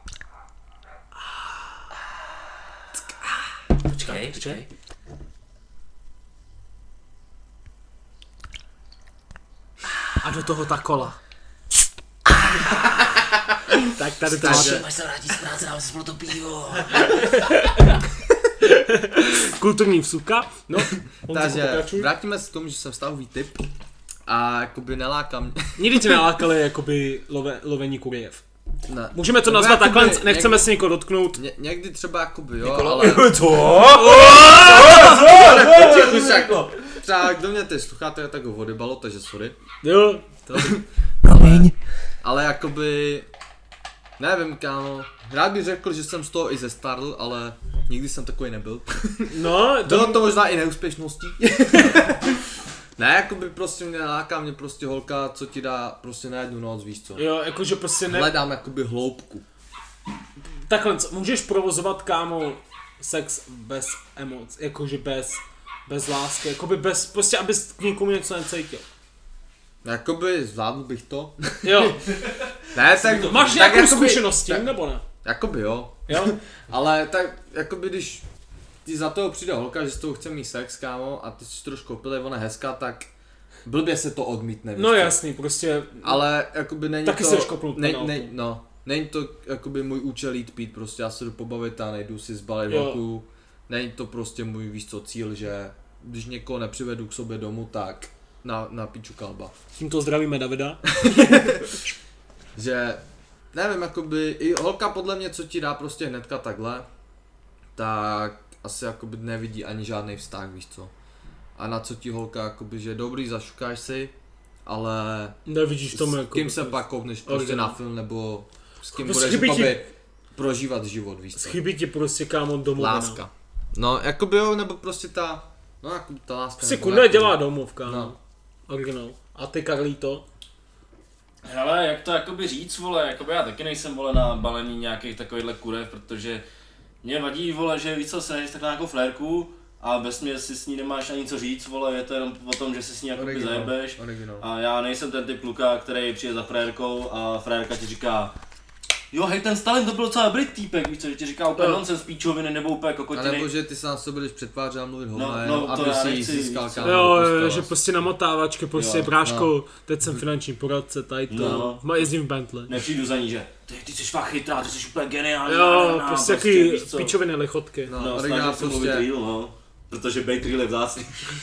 Počkej, počkej. A do toho ta kola. Tak tady to Takže- máte. Až se vrátí z práce, ale se spolu to pivo. Kulturní vsuvka. No, takže vrátíme se k tomu, že jsem vztahový typ a jakoby nelákám. Nikdy tě nelákali jakoby love, lovení kuriev. Ne. Můžeme to nazvat takhle, nechceme někdy, se někoho dotknout. Ně, někdy třeba jakoby jo, Nikolo, ale... Co? Co? Třeba kdo mě ty slucháte, tak ho odebalo, takže sorry. Jo. Promiň. Ale jakoby... Nevím, kámo. Rád bych řekl, že jsem z toho i zestarl, ale nikdy jsem takový nebyl. No, to... Bylo to možná i neúspěšností. Ne, jakoby prostě mě láká mě prostě holka, co ti dá prostě na jednu noc, víš co. Jo, jakože prostě ne... Hledám jakoby hloubku. Takhle, můžeš provozovat, kámo, sex bez emoc, jakože bez, bez lásky, jakoby bez, prostě abys k někomu něco necítil. Jakoby zvládl bych to. Jo. Ne, tak... Máš tak nějakou jakoby, zkušenost s tím, tak, nebo ne? Jakoby jo. Jo. Ale tak, jakoby když ti za toho přijde holka, že s tou chce mít sex, kámo, a ty jsi trošku opilej, ona je hezká, tak blbě se to odmítne. No jasný, prostě... Ale jakoby není taky to... Taky seš kopnut ne, ne, no, není to jakoby můj účel jít pít, prostě já se jdu pobavit a nejdu si zbalit holku. Není to prostě můj, víš co, cíl, že když někoho nepřivedu k sobě domů, tak na, na píču kalba. Tímto zdravíme Davida. Že, nevím, jakoby, i holka podle mě, co ti dá prostě hnedka takhle, tak asi jakoby nevidí ani žádný vztah, víš co. A na co ti holka, jakoby, že dobrý, zašukáš si, ale nevidíš tomu s jako kým se pak koupneš prostě na film, nebo s kým prostě budeš ti... prožívat život, víš co. Schybí ti prostě, kámo, domovina. Láska. No, jakoby jo, nebo prostě ta, no jakoby ta láska. Sekunda dělá domov, kámo. No. Original. A ty, Karlíto? Hele, jak to jakoby říct, vole, jakoby já taky nejsem, vole, na balení nějakých takovýchhle kurev, protože mě vadí, vole, že víc co se než tak na nějakou flérku a bez mě si s ní nemáš ani co říct, vole, je to jenom o tom, že si s ní jakoby zajebeš a já nejsem ten typ kluka, který přijde za frérkou a frérka ti říká jo, hej, ten Stalin to byl docela dobrý týpek, víš co, že ti říká úplně nonsense píčoviny nebo úplně kokotiny. A nebo že ty se na sebe budeš přetvářet a mluvit hovna, no, no, aby si jí získal kámo. Jo, jo, že prostě na motávačky, prostě bráško, no. Teď jsem finanční poradce, tady to, no. Jezdím v Bentley. Nepřijdu za ní, že ty, ty jsi fakt chytrá, ty jsi úplně geniální. Jo, na, prostě jaký prostě, píčoviny lichotky. No, no snažím se mluvit real, no, protože bejt real je vzácný.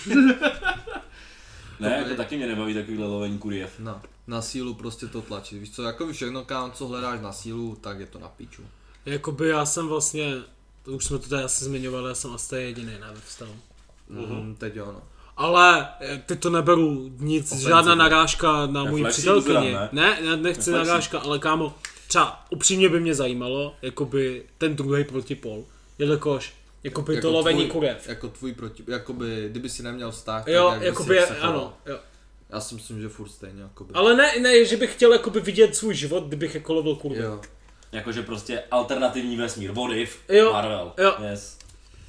Ne, jako taky mě nebaví takovýhle lovení kuriev. No, na sílu prostě to tlačit, víš co, jako všechno, kámo, co hledáš na sílu, tak je to na píču. Jakoby já jsem vlastně, to už jsme to tady asi zmiňovali, já jsem asi jediný ne ve vztahu. Mm, teď jo, no. Ale ty to neberu nic, Ofenziv. Žádná narážka na moji přítelkyni. Ne, ne, ne nechci Reflexi. narážka, ale kámo, třeba upřímně by mě zajímalo, jakoby ten druhý protipol, jelikož jakoby jako to lovení kurev. Jako tvůj proti, jakoby, kdyby si neměl vztah, jo, tak jakoby, je, ano, jo. Já si myslím, že furt stejně, jakoby. Ale ne, ne, že bych chtěl jakoby vidět svůj život, kdybych jako lovil kurvy. Jo. Jakože prostě alternativní vesmír, what if, jo, Marvel, jo. Yes.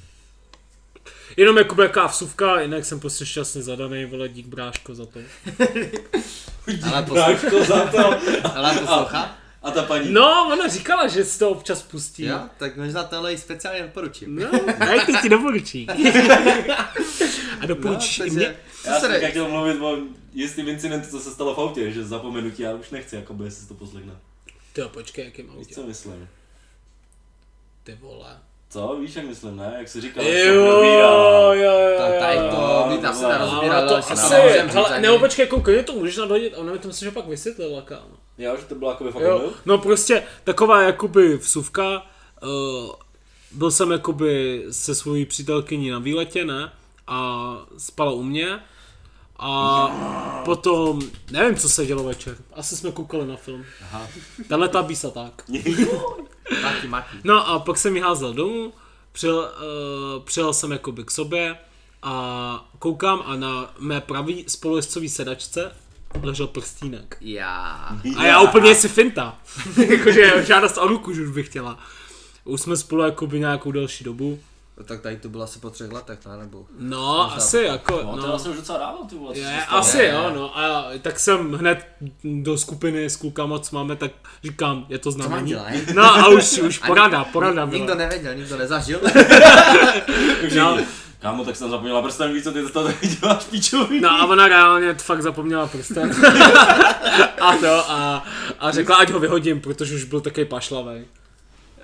Jenom jakoby jaká vsuvka, jinak jsem prostě šťastně zadaný, vole, dík bráško za to. dík bráško za to. Ale poslouchá? A ta paní? No, ona říkala, že si to občas pustí. Jo, tak možná tohle jí speciálně doporučím. No, daj ty ti doporučí. A doporučíš no, i mě? Já jsem tak chtěl mluvit o jistým incidentu, co se stalo v autě, že zapomenutí, já už nechci, jakoby, jestli si to poslechne. Ty jo, počkej, jakým autě? Víš, co myslím? Ty vole. Co? Víš, jak myslím, ne? Jak jsi říkal, jo, jo, jo, tak tady to, víc se nerozbíral, to asi, hele, nebo počkej, jako klidně to můžeš nadhodit, a ona mi to myslím, že pak vysvětlila, kámo. Jo, že to byla jakoby fakt jo, no prostě taková jakoby vsuvka, uh, byl jsem jakoby se svojí přítelkyní na výletě, ne? A spala u mě. A potom, nevím, co se dělo večer, asi jsme koukali na film. Aha. Tenhle tabís a tak. Maki, maki. No a pak jsem ji házel domů, přijel, uh, přijel jsem jakoby k sobě a koukám a na mé pravý spolujezdcový sedačce ležel prstínek. Já. A já úplně si finta. Jakože žádost o ruku už bych chtěla. Už jsme spolu jakoby nějakou delší dobu. No, tak tady to bylo asi po třech letech, ne? Nebo... No, možná asi jako... No, no. to asi už docela dávno, ty vole. Je, asi je. Jo, no. A tak jsem hned do skupiny s klukama, co máme, tak říkám, je to znamení. No a už, už porada, porada byla. Nikdo nevěděl, nikdo nezažil. No. Kámo, tak jsem zapomněla prstem, víc, co ty to tady děláš píčový. No a ona reálně fakt zapomněla prstem. a to a, a řekla, ať ho vyhodím, protože už byl takový pašlavej.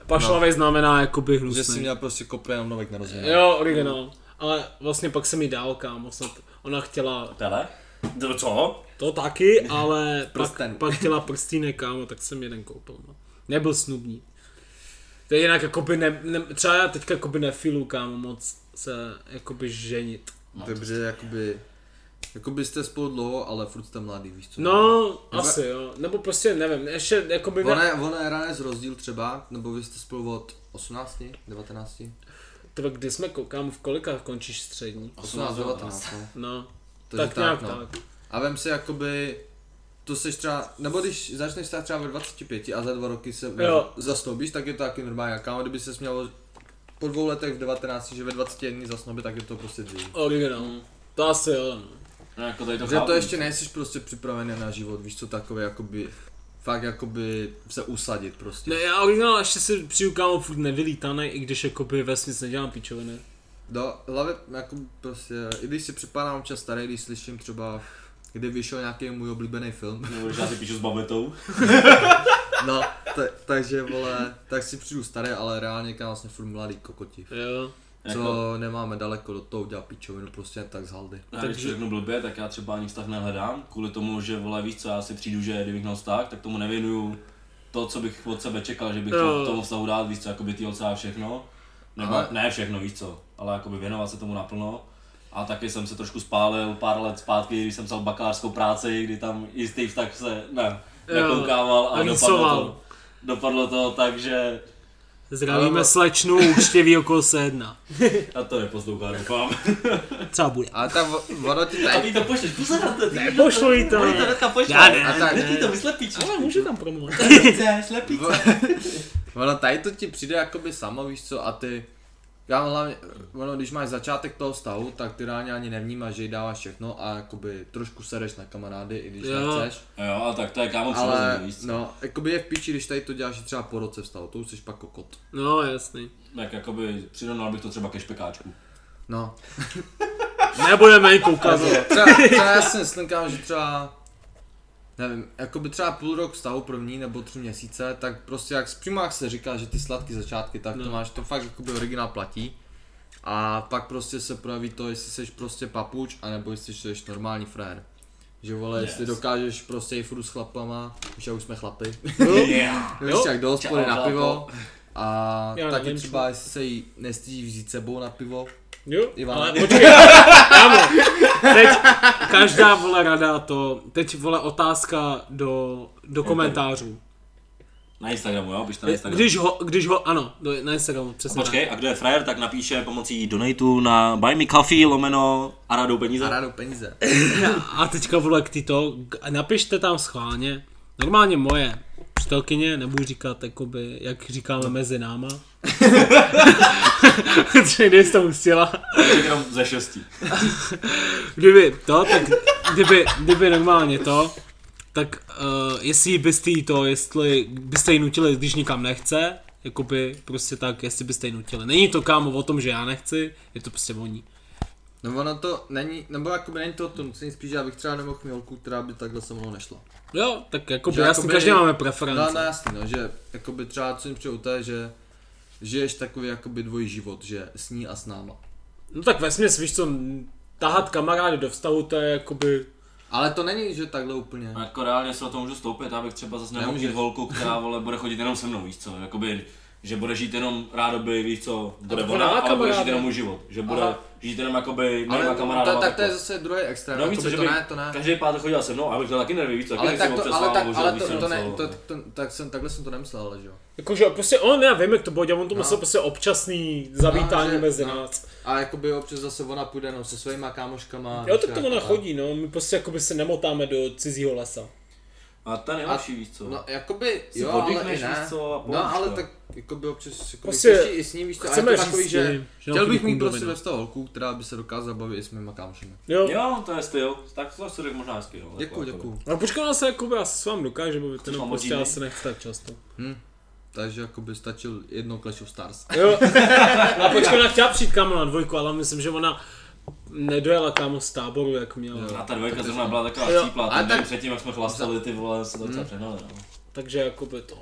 pašlavej no. znamená jakoby hnusný. Že jsi měl prostě kopy jenom novek narozený. Jo, originál. Ale vlastně pak jsem jí dal, kámo, snad ona chtěla... Tele? To co? To taky, ale pak, Prsten. pak chtěla prstínek, kámo, tak jsem jeden koupil, no. Nebyl snubní. To je jinak jakoby ne, ne, třeba já teďka jakoby nefilu, kámo, moc se jakoby ženit. Dobře, jakoby... Jakoby jste spolu dlouho, ale furt jste mladý, víš co? No, Nebo... asi jo, nebo prostě nevím, ještě jakoby... Ona je, ona je ranec rozdíl třeba, nebo vy jste spolu od osmnácti, devatenácti? Tebe, kdy jsme, kámo, v kolika končíš střední? osmnáct, devatenáct, no. No, Takže tak nějak no. tak. A vem si jakoby, to seš třeba, nebo když začneš stát třeba ve dvaceti pěti a za dva roky se zasnoubíš, tak je to taky normálně. Kámo, kdyby ses měl po dvou letech v devatenácti, že ve dvaceti jedni zasnoubit, tak je to prostě dřív. Originál. To asi jo, no. No, jako tady to Že chápu. to ještě nejsiš prostě připravený na život, víš co, takové jakoby, fakt jakoby se usadit prostě. Ne, já originál ještě si přijdu, kámo, furt nevylítanej, i když jakoby vesměs nedělám píčoviny. Do hlavy, jako prostě, i když si připadám občas starý, když slyším třeba, kdy vyšel nějaký můj oblíbený film. No, já si píšu s babetou. No, t- takže vole, tak si přijdu starý, ale reálně kámo vlastně furt mladý kokoti. Jo. Co Jako- nemáme daleko do toho udělat píčovinu, prostě jen tak z haldy. Já když to řeknu blbě, tak já třeba ani vztah nehledám, kvůli tomu, že vole víš co, já si přijdu, že kdybych měl vztah, tak tomu nevěnuju to, co bych od sebe čekal, že bych chtěl k tomu vztahu dát, víš co, jakoby ty a všechno. Nebo Ale- ne všechno, víš co, ale jakoby věnovat se tomu naplno. A taky jsem se trošku spálil pár let zpátky, když jsem psal bakalářskou práci, kdy tam jistý vztah se ne, nekoukával a dopadlo to, dopadlo to tak, že... Zdravíme Ale- slečnu, účtěvý okolo se jedna. A to neposlouchá, doufám. Třeba bude. Ale ta vo- ono ti A tady, ty to pošleš, pozor na to, ty Nepošlu jí to. Oni to hnedka pošle. Já ne, a tak, Ty to vyslepíš. Ale můžu tam promluvat. Slepice. ono tady to ti přijde jakoby samo, víš co, a ty, já hlavně, ono když máš začátek toho vztahu, tak ty reálně ani nevnímáš, že jí dáváš všechno a jakoby trošku sereš na kamarády, i když Jo. nechceš. Jo, a tak to je kámo Ale přirozený, víš co. no, jakoby je v píči, když tady to děláš třeba po roce vztahu, to už jsi pak kokot. No, jasný. Tak jakoby přirovnal bych to třeba ke špekáčku. No. Nebudeme jí koukat. Třeba, třeba já si myslím, kámo, že třeba, nevím, jakoby třeba půl rok vztahu první nebo tři měsíce, tak prostě jak, přímo jak se říká, že ty sladké začátky, tak to No. máš, to fakt jakoby originál platí. A pak prostě se projeví to, jestli jsi prostě papuč, anebo jestli jsi normální frér. Že vole, Yes. jestli dokážeš prostě jít furt s chlapama, už už jsme chlapy. Yeah. Víš jak do hospody Čau, na chlapo. pivo. A Já taky nevím, třeba jestli se jí nestydíš vzít sebou na pivo. Jo, Ivan. ale počkej, kámo, teď každá vole rada to, teď vole otázka do, do komentářů. Na Instagramu, jo? Pište na Instagramu. Když ho, když ho, ano, do, na Instagramu, přesně Počkej, a kdo je frajer, tak napíše pomocí donatu na Buy Me Coffee lomeno a radou peníze. A ráno peníze. tak. A teďka vole k tyto, napište tam schválně, normálně moje přítelkyně, nebudu říkat jakoby, jak říkáme mezi náma. Třeba kdyby jsi to ustila. Jenom ze šesti. Kdyby to, tak kdyby, kdyby normálně to, tak uh, jestli byste jí to, jestli byste jí nutili, když nikam nechce, jakoby prostě tak, jestli byste jí nutili. Není to kámo o tom, že já nechci, je to prostě o ní. No ono to není, nebo jakoby není to to nucení, spíš já bych třeba nemohl mít holku, která by takhle se mnou nešla. Jo, tak jakoby Že jasně, jakoby- každý máme No, preference. no jasný, no, že jakoby třeba co jim přijde u té, že žiješ takový jakoby dvojí život, že s ní a s náma. No tak vesměs, víš co, tahat kamarády do vztahu, to je jakoby... Ale to není, že takhle úplně. A jako reálně se o tom můžu stoupit, já bych třeba zase nemohl Nemůžeš. mít holku, která vole bude chodit jenom se mnou, víš co, jakoby, že bude žít jenom rádoby, víš co, bude tak ona, ona ale bude žít kamaráda. jenom můj život, že bude Aha. žít jenom jakoby Ale mýma kamarádama. to, tak to je takhle. zase druhý extrém, No víš jakoby co, že to by ne, to ne. každý pátek chodil se mnou, a bych to taky nervy, víš co, Ale taky tak nechci to, občas ale s vámi tak, užít, ale víš to, co, to ne, co, to, to, tak jsem, takhle jsem to nemyslel, ale že jo. Jakože prostě on, já vím, jak to bude, on to musel No. prostě občasný zavítání No, že- mezi no. nás. A jakoby občas zase ona půjde jenom se svýma kámoškama. Jo, tak víš to jak, ona a- chodí, no, my prostě jakoby se nemotáme do cizího lesa. A to je nejlepší, víš co. No jakoby, Si jo, ale poddechneš, i ne. víš co, a No pohodíš ale to. tak jakoby občas jakoby Prostě prostě i s ní, víš co, ale chceme je to takový, říct že jim, že chtěl nám bych chodí mít prostě kundovina. ve vztahu holku, která by se dokázala bavit i s mýma kámošemi. Jo. Jo, to je styl, tak to se řekl možná hezky, jo. Děkuju, takhle, děkuju. A počkej, já se jakoby, já se s vámi dokážu bavit, Chceš jenom mám prostě hodiny? já se nechci tak často. Hm. Takže jakoby stačil jednou Clash of Stars. Jo, a počkej, ona chtěla přijít kámo na dvojku, ale myslím, že ona nedojela kámo z táboru, jak měla. Jo. A ta dvojka zrovna byla taková Jo. chcíplá, Ale ten den tak- předtím, jak jsme chlastali, ty vole, se to docela přehnali, no. Takže jakoby to, no.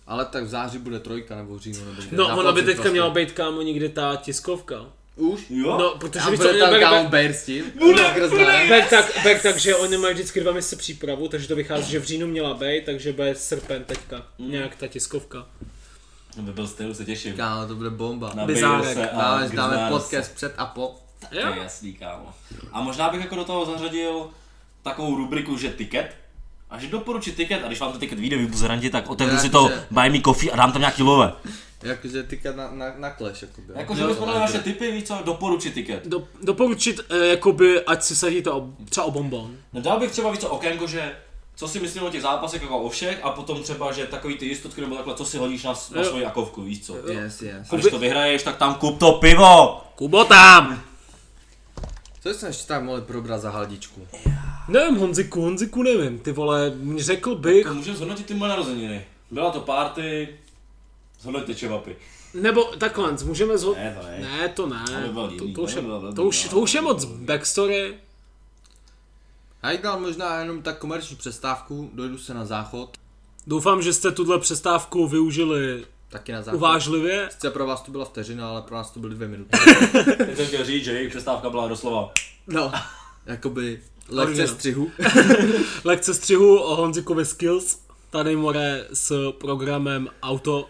Ale tak v září bude trojka nebo v říjnu nebo kde. No, Na ona by podzim teďka prostě. měla být, kámo, někde ta tiskovka. Už? Jo? No, protože A víš, bude co, tam ber- kámo ber- Bear s tím? Bude, Skrz bude. ne. ber tak, ber tak, že oni mají vždycky dva měsíce přípravu, takže to vychází, že v říjnu měla být, takže bude srpen teďka, nějak ta tiskovka. No by byl styl, se těším. Kámo, to bude bomba. Na Bizárek. Beylse a Dáme, dáme Grizzlies. podcast před a po. To je jasný, kámo. A možná bych jako do toho zařadil takovou rubriku, že tiket. A že doporučit tiket, a když vám to tiket vyjde, vy buzeranti, tak otevřu si to Jakože- buy me coffee a dám tam nějaký love. Jakože tykat na, na, na Clash, jakoby. Jakože Jo, bychom to dali bude. naše tipy, víš co, doporučit tiket. Do, doporučit, eh, jakoby, ať si sadíte o, třeba o bonbon. No dal bych třeba víc co okénko, že co si myslím o těch zápasech jako o všech a potom třeba, že takový ty jistotky nebo takhle, co si hodíš na, na Jo. svoji akovku, víš co. Yes, yes. A když to vyhraješ, tak tam kup to pivo! Kubo tam! Co jsme ještě tam mohli probrat za haldičku? Nevím, Honziku, Honziku nevím, ty vole, řekl bych, To můžeme zhodnotit ty moje narozeniny. Byla to party, zhodnoťte čevapy. nebo takhle, můžeme zho... Ne, to ne. Ne, to ne, To by bylo to, divný, to, už to je, by bylo to, divný, už, no. to už je moc backstory. Já jí dal možná jenom tak komerční přestávku, dojdu se na záchod. Doufám, že jste tuhle přestávku využili Taky na záchod. uvážlivě. Sice pro vás to byla vteřina, ale pro nás to byly dvě minuty. Teď jsem chtěl říct, že jejich přestávka byla doslova. No. Jakoby lekce Original. střihu. Lekce střihu o Honzikovi skills. Tady more s programem Auto,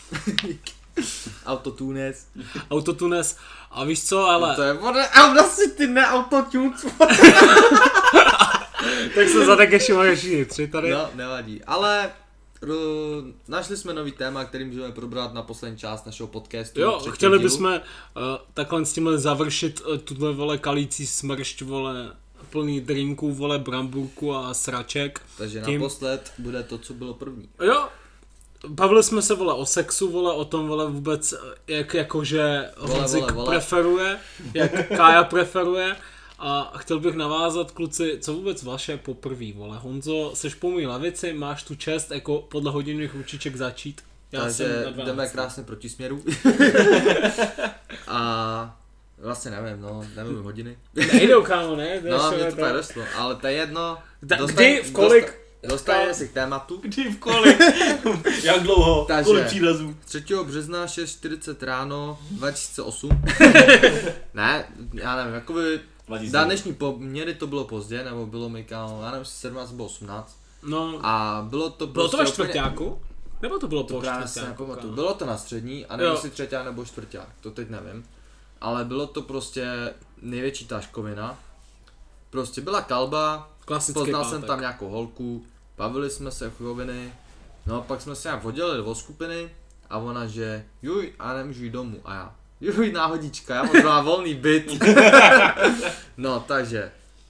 Autotunes. Autotunes. A víš co, ale To je vode Audacity, ne Autotunes. tak se za také máš všichni tři tady. No, nevadí. Ale uh, našli jsme nový téma, který můžeme probrat na poslední část našeho podcastu. Jo, třetího chtěli dílu. bychom uh, takhle s tímhle završit uh, tuhle vole kalící smršť, vole, plný drinků, vole, bramburku a sraček. Takže tím- naposled bude to, co bylo první. Jo, bavili jsme se, vole, o sexu, vole, o tom, vole, vůbec, jak jakože Vole, Honzik vole, vole. preferuje, jak Kája preferuje. A chtěl bych navázat, kluci, co vůbec vaše poprví, vole. Honzo, seš po mý lavici, máš tu čest, jako podle hodinných ručiček začít. Já jsem Takže na dvanáct. jdeme krásně proti směru. A vlastně nevím, no, nevím hodiny. Nejdou, kámo, ne? No, mě to tady došlo, ale to je jedno. Da- Dostaň- kdy, v kolik? dosta- Dostaneme se k tématu. Kdy v kolik? Jak dlouho? Takže- Kolik přírazů? třetího března šest čtyřicet ráno dva tisíce osm. Ne, já nevím, jakoby dva tisíce. za dnešní poměry to bylo pozdě, nebo bylo mi kámo, já nevím, jestli sedmnáct nebo osmnáct. No, A bylo to bylo to prostě ve úplně- čtvrťáku? Nebo to bylo To po právě si čtvrťáku? nepamatuju. kámo? Bylo to na střední, a nevím, Jo. jestli třeťák nebo čtvrťák, to teď nevím. Ale bylo to prostě největší taškovina. Prostě byla kalba, Klasický poznal pátek. jsem tam nějakou holku, bavili jsme se chujoviny, no a pak jsme se nějak oddělili do skupiny a ona, že juj, a nemůžu jít domů a já, juj, náhodička, já mám dva volný byt. No, takže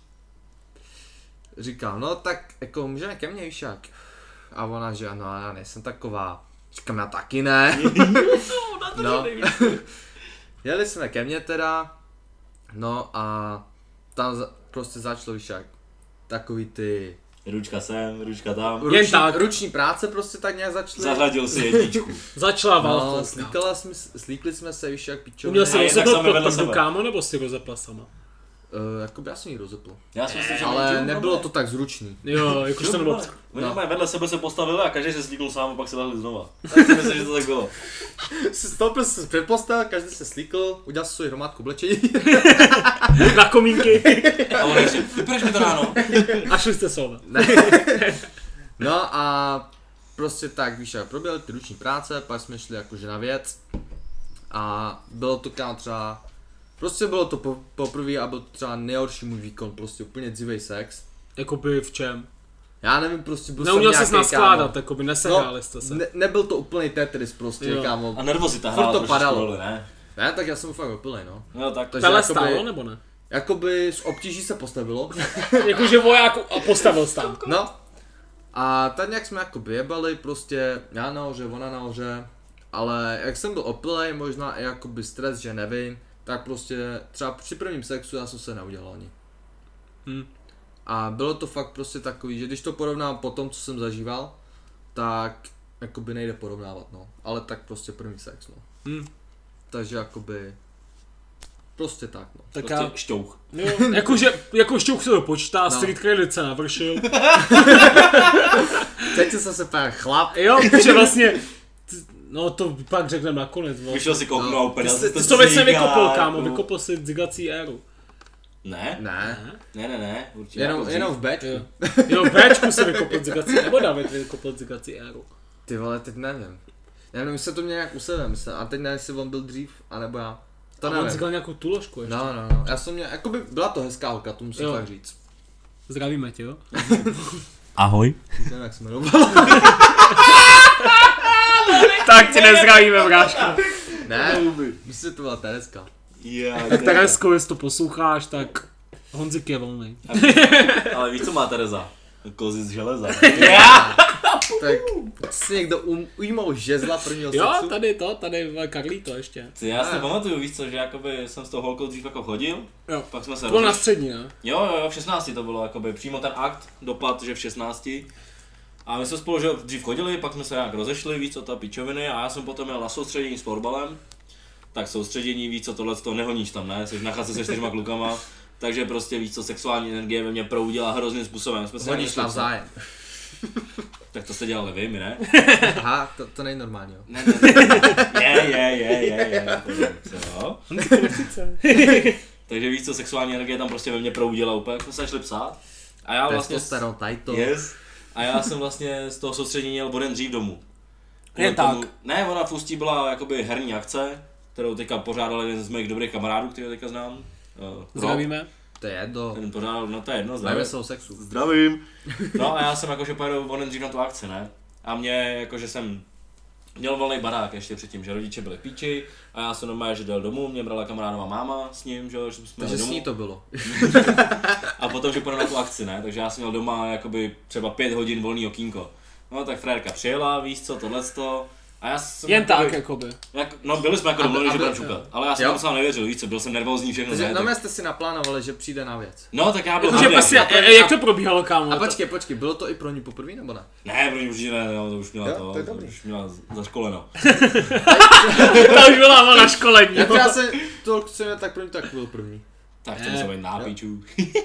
říkám, no tak jako můžeme ke mně, víš jak. A ona, že no já nejsem taková. Říkám, já taky ne. No. Jeli jsme ke mně teda, no a tam za, prostě začalo, víš jak, takový ty Ručka sem, ručka tam. ruční, tak. ruční práce prostě tak nějak začaly. Zařadil si jedničku. Začala No, válka. slíkala jsme, slíkli jsme se, víš jak pičoviny. Uměl jsi A jednak rozepnout sami vedle pod prdu, sebe. kámo, nebo si rozepla sama? Uh, jakoby já jsem ji rozepl. Já si myslím, že Ale nebylo to tak zručný. Jo, jakož to nebylo. Oni No. no. vedle sebe se postavili a každý se slíknul sám a pak se lehli znova. Tak si myslím, že to tak bylo. Stoupil se před postel, každý se slíkl, udělal si svůj hromádku oblečení. Na komínky. A on ještě, vyperaš mi to ráno. A šli jste sova. No a prostě tak, víš jak, proběhly ty ruční práce, pak jsme šli jakože na věc. A bylo to kámo třeba, prostě bylo to po, poprvé a byl to třeba nejhorší můj výkon, prostě úplně dzivej sex. Jakoby v čem? Já nevím, prostě byl Neuměl jsem ses nějaký, naskládat, kámo. jakoby nesehráli jste se. Ne, nebyl to úplný Tetris prostě, Jo. kámo. A nervozita Furt hrála to trošičku padalo. roli, ne? Ne, tak já jsem fakt opilej, no. No tak. Takže Pele jakoby, stálo, nebo ne? jakoby z obtíží se postavilo. Jakože voják a postavil tam. No. A tak nějak jsme jako jebali, prostě já nahoře, ona nahoře. Ale jak jsem byl opilej, možná i jakoby stres, že nevím, tak prostě třeba při prvním sexu já jsem se neudělal ani. Hm. A bylo to fakt prostě takový, že když to porovnám po tom, co jsem zažíval, tak jakoby nejde porovnávat, no. Ale tak prostě první sex, no. Hm. Takže jakoby prostě tak, no. Tak Prostě já, šťouch. jo, jakože, jako šťouch se to počítá, No. street credit se navršil. Teď jsem se pár chlap. Jo, protože vlastně No to pak řekneme nakonec. Vyšel si kouknout, Ty, no, ty, ty jsi to věc nevykopl, kámo, vykopl si dzigací éru. Ne? Ne. Ne, ne, ne, určitě. Jenom, jako jenom v Bčku. Jo, jo v Bčku si vykopl dzigací, nebo David vykopl dzigací éru. Ty vole, teď nevím. Já nevím, jestli to mě nějak u sebe myslel, a teď nevím, jestli on byl dřív, anebo já. To a nevím. on říkal nějakou tuložku ještě. No, no, no, já jsem měl, jakoby byla to hezká holka, to musím Jo. fakt říct. Zdravíme tě, jo? Ahoj. Nevím, jak se jmenovala. Tak tě nezdravíme, bráško. Ne, myslím, že to byla Tereska. Yeah, Tak Teresko, jestli to posloucháš, tak Honzik je volný. Ale víš, co má Tereza? Kozy z železa. Tak si někdo um, ujímal žezla prvního Jo, sexu? tady to, tady Karlíto ještě. Ty, já si Ne. pamatuju, víš co, že jakoby jsem s tou holkou dřív jako chodil, Jo. pak jsme se To bylo na rozešli. střední, ne? Jo, jo, jo, v šestnácti to bylo, jakoby přímo ten akt dopad, že v šestnácti. A my jsme spolu že dřív chodili, pak jsme se nějak rozešli, víc o ta pičoviny a já jsem potom měl na soustředění s fotbalem. Tak soustředění, víc co tohle to nehoníš tam, ne? Jsi nachází se čtyřma klukama. Takže prostě víc co sexuální energie ve mně proudila hrozným způsobem. Jsme se Hodíš nešli- navzájem. Tak to jste dělali vy, my ne? Aha, to, to není normální, jo. Ne, ne, ne. Je, je, je, je, je. Co? Takže víc co sexuální energie tam prostě ve mně proudila úplně, jsme se šli psát. A já vlastně... Testosteron, tajto. Yes. A já jsem vlastně z toho soustředění jel o den dřív domů. Jen Kvůli tak. tomu- Ne, ona v Ústí byla jakoby herní akce, kterou teďka pořádal jeden z mých dobrých kamarádů, kterého teďka znám. Uh, Zdravíme. To je jedno. Ten pořádal, no to je jedno, Bavíme zdravím. se o sexu. Zdravím. No a já jsem jakože pojedu o den dřív na tu akci, ne? A mě jakože jsem měl volný barák ještě předtím, že rodiče byli v píči a já jsem normálně, že jel domů, mě brala kamarádová máma s ním, že, že jsme Takže jeli s domů. ní to bylo. A potom, že půjdu na tu akci, ne? Takže já jsem měl doma jakoby třeba pět hodin volný okýnko. No tak frérka přijela, víš co, tohleto. A já jsem Jen jakoby, tak, jakoby. Jak, no byli jsme jako A- domluvili, a že byl- budeme čukat. Ale já jsem Jo. tomu sám nevěřil, víš co, byl jsem nervózní, všechno Takže ne, no tak... my jste si naplánovali, že přijde na věc. No tak já byl Jakože hrdý, prostě, jako- jak, jak to probíhalo, kámo? A počkej, počkej, bylo to i pro ní poprvé nebo ne? Ne, pro ní určitě ne, no, to už měla Jo, to, to je to dobrý. už měla zaškoleno. Ta už byla na školení. Jako já jsem to chci tak pro ní tak byl první. Tak Ne, to musím být nápíčů.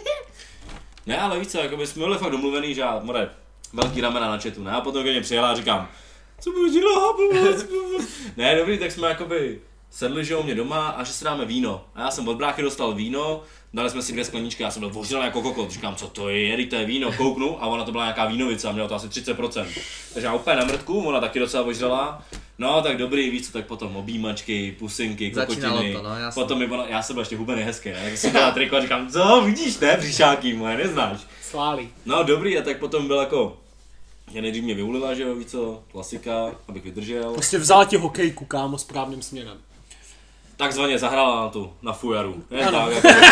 Ne, ale víš co, jako jsme byli fakt domluvený, že já, more, velký ramena na chatu, ne? A potom ke mně přijela a říkám, co budu dělat, pomoc, pomoc. Ne, dobrý, tak jsme jakoby sedli, že u mě doma a že si dáme víno. A já jsem od bráchy dostal víno, dali jsme si dvě skleničky, já jsem byl ožralý jako kokot, říkám, co to je, jedy, to je víno, kouknu a ona to byla nějaká vínovice a měla to asi třicet procent. Takže já úplně na mrtku, ona taky docela ožralá. No tak dobrý, víc co, tak potom objímačky, pusinky, Začínalo kokotiny. to, no, jasně. Potom mi ona, já jsem byl ještě hubený hezký, ne? Tak jsem dala triko a říkám, co, vidíš, ne, bříšáky moje, neznáš. Sválí. No dobrý, a tak potom byl jako, já nejdřív mě vyulila, že jo, víc co, klasika, abych vydržel. Prostě vzala ti hokejku, kámo, správným směrem. Takzvaně zahrála na tu, na fujaru. Ne, Ano. tak, jako,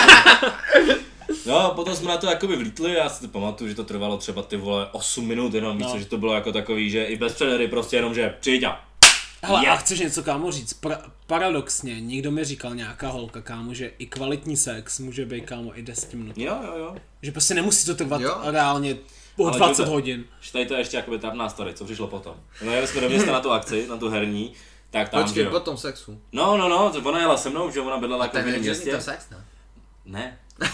no a potom jsme na to jakoby vlítli, já si to pamatuju, že to trvalo třeba ty vole osm minut jenom, víc, No. co, že to bylo jako takový, že i bez předehry prostě jenom, že přijď a Hele, Je. a chceš něco, kámo, říct? Pra- paradoxně, někdo mi říkal, nějaká holka, kámo, že i kvalitní sex může být, kámo, i deset minut. jo, jo, jo. Že prostě nemusí to trvat Jo. reálně o Ale dvacet že to- hodin. Že tady to je ještě jakoby trapná story, co přišlo potom. No jeli jsme do města na tu akci, na tu herní, tak tam, že Počkej, jo. po tom sexu. No, no, no, ona jela se mnou, že ona bydlela jako v jiném městě. to sex, ne? Ne.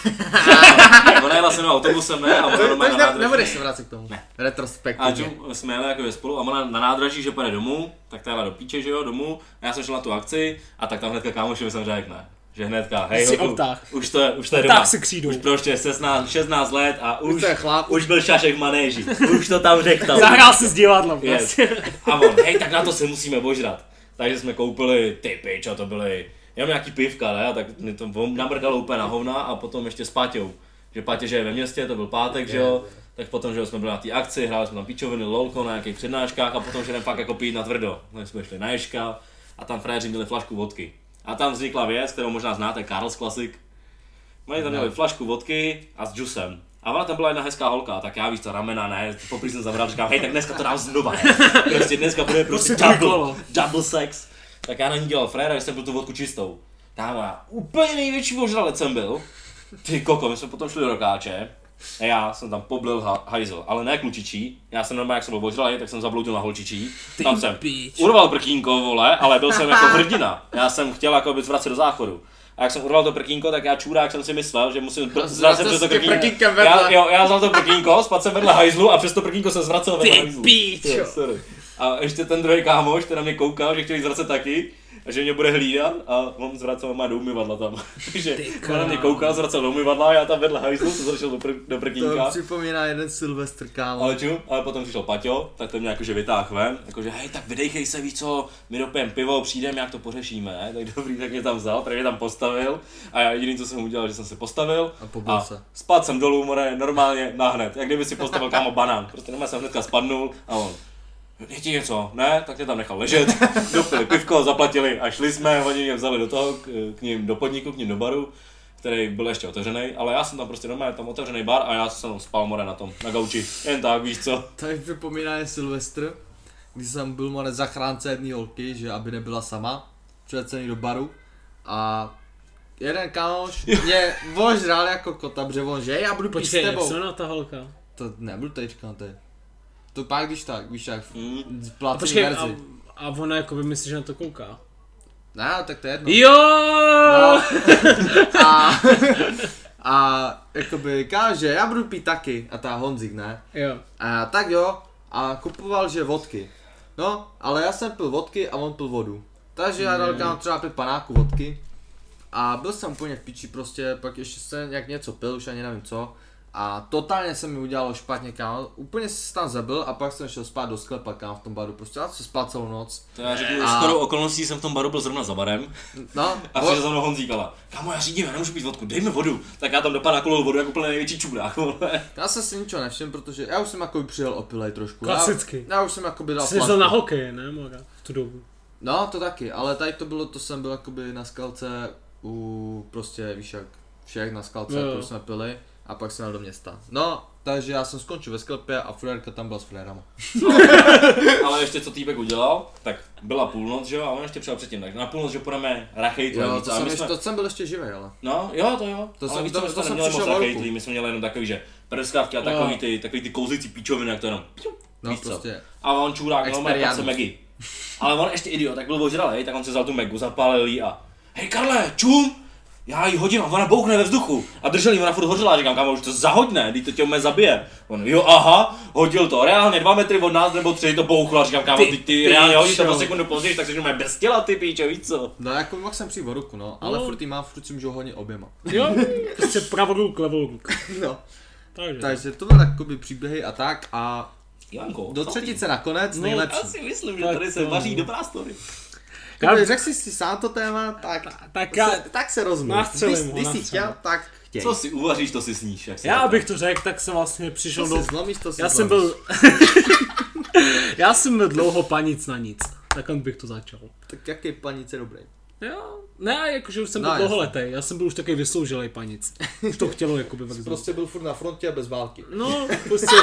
Ona jela se mnou autobusem, ne, a ona To, doma to na ne, nádraží. nebudeš se vracet k tomu. Ne. A Retrospektivně. čum, jsme jeli jako spolu a ona na nádraží, že pojede domů, tak ta jela do píče, že jo, domů. A já jsem šel na tu akci a tak tam hnedka kámošovi jsem řekl, ne. Že hnedka, hej Si hoku, obtáh. už to je, už to je Obtáh doma. si křídou. Už prostě šestnáct, šestnáct let a už, Už to je chlap. už byl šašek v manéži. Už to tam řekl. Zahrál si s divadlem, Yes. prostě. A on, hej, tak na to se musíme ožrat. Takže jsme koupili ty pičo, to byly jenom nějaký pivka, ne? A tak mi to namrdalo úplně na hovna a potom ještě s Páťou. Že Pátě, že je ve městě, to byl pátek, že jo? Tak potom, že jo, jsme byli na té akci, hráli jsme tam pičoviny, lolko na nějakých přednáškách a potom, že jdem fakt jako pít na tvrdo. No, jsme šli na Ježka a tam frajeři měli flašku vodky. A tam vznikla věc, kterou možná znáte, Karls Classic. Oni tam měli flašku vodky a s džusem. A ona tam byla jedna hezká holka, tak já víš to ramena, ne, poprvé jsem zabral, říkám, hej, tak dneska to dám znova, ne. Prostě dneska bude prostě Prostě double, trikolo. double sex. Tak já na ní dělal fréra, že jsem byl tu vodku čistou. Tam já úplně největší ožralec jsem byl. Ty koko, my jsme potom šli do Rokáče. A já jsem tam poblil ha- hajzl, ale ne klučičí. Já jsem normálně, jak jsem byl ožralý, tak jsem zabloudil na holčičí. Tam jsem píč. urval prkínko, vole, ale byl jsem jako hrdina. Já jsem chtěl jako být vracet do záchodu. A jak jsem urval to prkínko, tak já čurák jsem si myslel, že musím pr- zvracet přes to Zvracel si prkínko. prkínkem vedle. Já, jo, já vzal to prkínko, spadl jsem vedle hajzlu a přes to prkínko jsem zvracel vedle Ty hajzlu. píčo. Jo, sorry. A ještě ten druhý kámoš, ten na mě koukal, že chtěl jít zvracet taky. A že mě bude hlídat a on zvracel má do umyvadla tam. Takže on na mě koukal, zvracel do umyvadla a já tam vedle hajzlu, co zašel do, pr- do prkínka. To připomíná jeden Silvestr, kámo. Ale ču, ale potom přišel Paťo, tak to mě jakože vytáhl ven, jakože hej, tak vydejchej se, víš co, my dopijeme pivo, přijdeme, jak to pořešíme, ne? Tak dobrý, tak mě tam vzal, tak mě tam postavil a já jediný, co jsem udělal, že jsem se postavil a, pobil se. Spadl jsem dolů, more, normálně nahned, jak kdyby si postavil kámo banán, prostě normálně jsem hnedka spadnul a on. Je ti něco? Ne? Tak mě tam nechal ležet, dopili pivko, zaplatili a šli jsme, oni mě vzali do toho, k, k ním do podniku, k ním do baru, který byl ještě otevřený, ale já jsem tam prostě normálně tam otevřený bar a já jsem spal more na tom, na gauči, jen tak, víš co. To mi připomíná je Silvestr, když jsem byl more zachránce jedné holky, že aby nebyla sama, přecený do baru a jeden kámoš mě ožral jako kota, protože on, že já budu pít s Počkej, jak tebou. se ta holka? To nebudu teďka, to je. To pak když tak, víš jak, Mm. v A placený počkej, verzi. a, a ona jako by myslí, že na to kouká. Ne, tak to je jedno. Jo! No. A, a jakoby káže, já budu pít taky, a ta Honzik, ne? Jo. A tak jo, a kupoval, že vodky. No, ale já jsem pil vodky a on pil vodu. Takže já dal kámo třeba pět panáků vodky. A byl jsem úplně v piči prostě, pak ještě jsem nějak něco pil, už ani nevím co. A totálně se mi udělalo špatně, kámo. Úplně jsem se tam zabil a pak jsem šel spát do sklepa, kámo, v tom baru. Prostě já jsem spal celou noc. To já řeknu, A- skoro okolností jsem v tom baru byl zrovna za barem No, a o- přišel za mnou Honzíkala. Kámo, já řídím, já nemůžu pít vodku, dej mi vodu. Tak já tam do pana kolil vodu jako úplně největší čurák, vole. já jsem si ničeho nevšiml, protože já už jsem jako přijel opilej trošku. Klasicky. Já, já už jsem jako dal Jsi jezdil na hokej, ne, Mora? V tu dobu. No, to taky, ale tady to bylo, to jsem byl jakoby na skalce u prostě, víš jak, všech na skalce, Jo, jo. jako jsme pili a pak jsem jel do města. No, takže já jsem skončil ve sklepě a frérka tam byla s frérama. Ale ještě co týpek udělal, tak byla půlnoc, že jo, a on ještě přijel předtím, tak na půlnoc, že půjdeme rachejtli. Jo, víc, to a jsem, my ještě, jsme... to jsem byl ještě živej, ale. No, jo, to jo. To ale jsem- víš to- co, my to jsme jsem neměli moc přišel rachejtlí, velkou. my jsme měli jenom takový, že prskavky a takový Jo. ty, takový ty kouřící píčoviny, jak to jenom. No, víš co. prostě. A on čurák, no, má Experianus. se Megy. Ale on ještě idiot, tak byl ožralej, tak on si vzal tu Megu, zapálil jí a hej Karle, čum! Já ji hodím a ona bouchne ve vzduchu. A držel jí, ona furt hořela, říkám, kámo, už to zahodne, teď to tě mě zabije. On, jo, aha, hodil to, reálně dva metry od nás nebo tři to bouchlo a říkám, kámo, ty, ty, ty reálně hodíš to píčo. po sekundu později, tak jsi mě bez těla, ty píčo, víš co? No jako mohl jsem přijít o ruku, no, ale No. furt jí mám, furt si můžu hodit oběma. Jo, prostě pravou ruku, levou ruku. No, Takže. takže to byly jakoby příběhy a tak a Ivanko, do třetice nakonec No, nejlepší. já si myslím, že Tak tady se to- vaří dobrá story. Kdyby řekl jsi si sám to téma, tak, Tak já, se, tak se rozmluv. nastřelím Když, ho, když jsi nastřelím. chtěl, tak chtěj. Co si uvaříš, to si sníš, jak se já říká. abych to řekl, tak jsem vlastně přišel To do... si zlomíš, to si Já jsem zlomíš. byl... já jsem byl dlouho panic na nic. Takhle bych to začal. Tak jaký panice dobrý. Jo, ne, jakože už jsem No, byl jasně. dlouholetý, já jsem byl už takový vysloužilej panic. Už to chtělo jakoby vrznout. Prostě byl furt na frontě a bez války. No, prostě,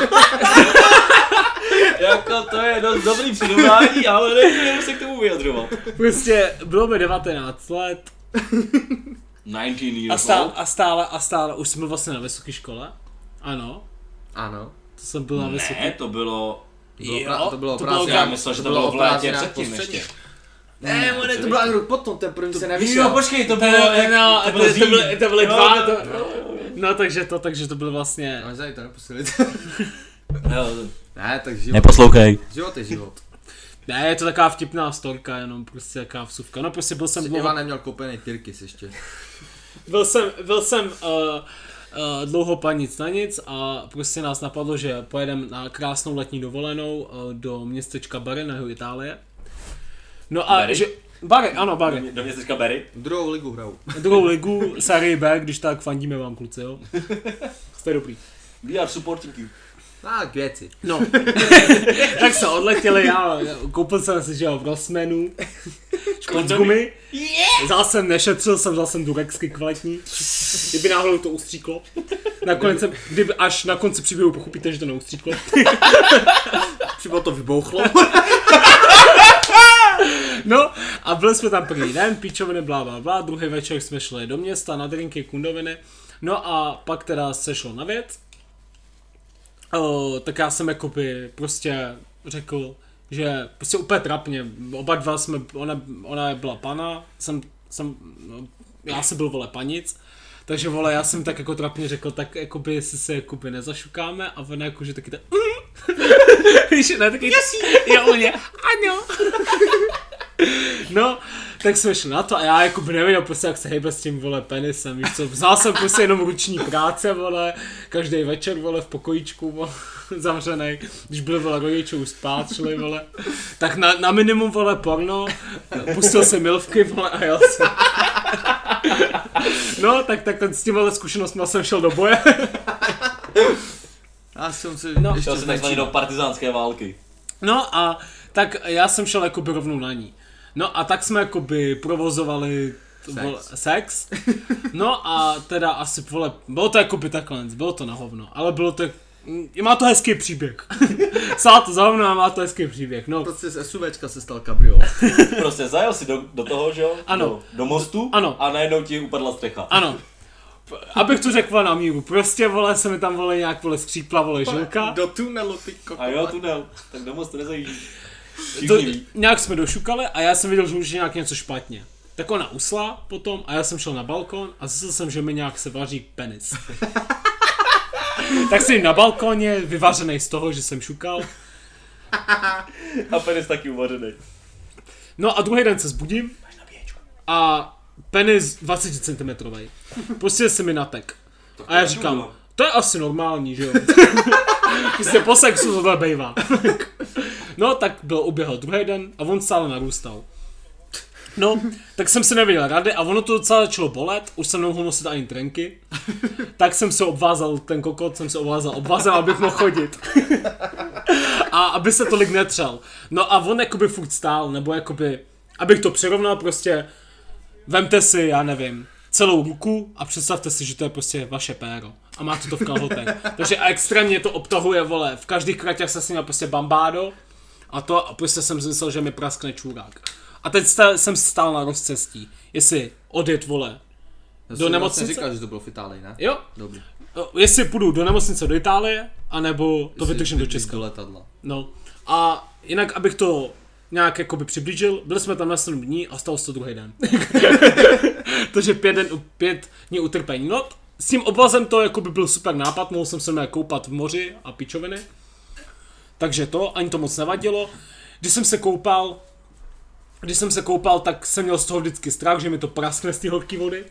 Jako to je dost dobrý přirovnání, ale nebudeme se k tomu vyjadřovat. prostě bylo mi devatenáct let devatenáct a years stále, old. a stále, a stále, už jsem byl vlastně na vysoké škole. Ano, Ano. to jsem byl na Ne, vysoké. to bylo... To bylo, Jo, pra, to bylo to o bylo prázdninách- Já myslel, že to bylo bylo o v létě prázdninách předtím postředních. ještě. Ne, mone, to bylo ani rok potom, ten první se Jo, nevyšel. počkej, to To, bylo... jak- no, to to, bylo to, to, byly, říjen. to byly Jo, dva, to- to, no takže to, takže to bylo vlastně, No, tady to neposilit. Jo, Ne, tak život. Neposlouchej. Život je život. ne, je to taková vtipná storka, jenom prostě taková vsuvka. No prostě byl jsem Jsem dlouho, Ivan neměl koupený Tyrkis ještě. byl jsem, byl jsem uh, uh, dlouho panic na nic a prostě nás napadlo, že pojedeme na krásnou letní dovolenou uh, do městečka Bari na jihu Itálie. No a Bari? že, Bari, ano Bari. Do městečka Berry. Druhou ligu hrajou. Druhou ligu, Serie B, když tak fandíme vám kluci, jo. Jste dobrý. We are supporting you. No, k věci. No, tak se odletěli, já koupil jsem si, že jo, v Rossmanu, šport gumy, vzal jsem, nešetřil jsem, vzal jsem dureksky kvalitní, kdyby náhodou to ustříklo. Nakonec jsem, kdyby až na konci příběhu pochopíte, že to neustříklo. Přibylo to vybouchlo. No a byli jsme tam první den, píčoviny, blá, blá, blá, druhý večer jsme šli do města na drinky, kundoviny, no a pak teda se šlo na věc. O, tak já jsem jakoby prostě řekl, že prostě úplně trapně, oba dva jsme, ona, ona byla pana, jsem, jsem, no, já jsem byl vole panic, takže vole já jsem tak jako trapně řekl, tak jakoby jestli se jakoby nezašukáme a ona jakože taky tak Víš, ne, taky... Jo, mě, ano. No, tak jsme šli na to a já jako by nevěděl prostě, jak se hejbe s tím, vole, penisem, víš co, vzal jsem prostě jenom ruční práce, vole, každý večer, vole, v pokojíčku, vole, zavřenej, když byli, vole, rodičů spát, šli, vole, tak na, na minimum, vole, porno, pustil jsem milvky, vole, a jel jsem. No, tak, tak s tím, vole, zkušenostmi jsem šel do boje. Já jsem si No. ještě Šel si takzvaně do partizánské války. No a tak já jsem šel jakoby rovnou na ní. No a tak jsme jakoby provozovali Sex. Vole, sex. No a teda asi, vole, bylo to jakoby takhle, bylo to na hovno, ale bylo to, má to hezký příběh. Sála to za hovno a má to hezký příběh, no. Prostě z SUVčka se stal kabrio. Prostě zajel si do, do toho, že jo? Ano. Do, do mostu Ano. a najednou ti upadla střecha. Ano. Abych to řekl na míru, prostě, vole, se mi tam, vole, nějak, vole, skřípla, vole, žilka. Do tunelu, ty kokole. A jo, tunel, tak do mostu nezajíždíš. To, Všichni ví. nějak jsme došukali a já jsem viděl, že už je nějak něco špatně. Tak ona usla potom a já jsem šel na balkon a zjistil jsem, že mi nějak se vaří penis. Tak jsem na balkoně, vyvařený z toho, že jsem šukal. A penis taky uvařený. No a druhý den se zbudím a penis dvacet centimetrů. Prostě se mi natek. A já říkám, to je asi normální, že jo? Prostě po sexu tohle bejvá. No, tak byl uběhl druhý den a on stále narůstal. No, tak jsem si nevěděl rady a ono to docela začalo bolet, už jsem nemohl nosit ani trenky. Tak jsem se obvázal, ten kokot jsem se obvázal obvázal, abych mohl chodit. A aby se tolik netřel. No a on jakoby furt stál, nebo jakoby, abych to přirovnal prostě, vemte si, já nevím, celou ruku a představte si, že to je prostě vaše péro. A máte to v kalhotech. Takže a extrémně to obtahuje, vole, v každých kraťách se s ním prostě bambádo a to a prostě jsem si myslel, že mi praskne čůrák. A teď stál, jsem stál na rozcestí, jestli odjet, vole, Já do nemocnice. Vlastně říkal, že to bylo v Itálii, ne? Jo, Dobrý. jestli půjdu do nemocnice do Itálie, anebo to Jestli vytržím do bydlíš Česka. Do letadla. No a jinak, abych to nějak jakoby přiblížil, byli jsme tam na sedm dní a stalo se to druhý den. Takže pět, den, pět dní utrpení. No, s tím obvazem to jakoby byl super nápad, mohl jsem se mé koupat v moři a pičoviny. Takže to, ani to moc nevadilo. Když jsem se koupal, když jsem se koupal, tak jsem měl z toho vždycky strach, že mi to praskne z té horké vody.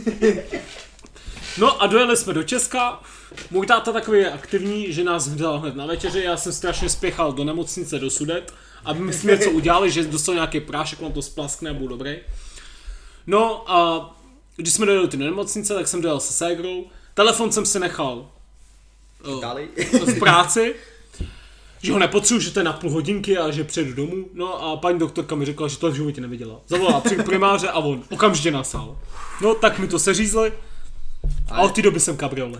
No a dojeli jsme do Česka, můj táta takový je aktivní, že nás vzal hned na večeři, já jsem strašně spěchal do nemocnice do Sudet, aby my jsme něco udělali, že dostal nějaký prášek, on to splaskne a byl dobrý. No a když jsme dojeli do nemocnice, tak jsem dojel se ségrou, telefon jsem si nechal uh, v práci, že ho nepotřebuji, že to je na půl hodinky a že přijedu domů. No a paní doktorka mi řekla, že to v životě neviděla. Zavolala při primáře a on okamžitě nasál. No tak mi to seřízli a od té doby jsem kabriolet.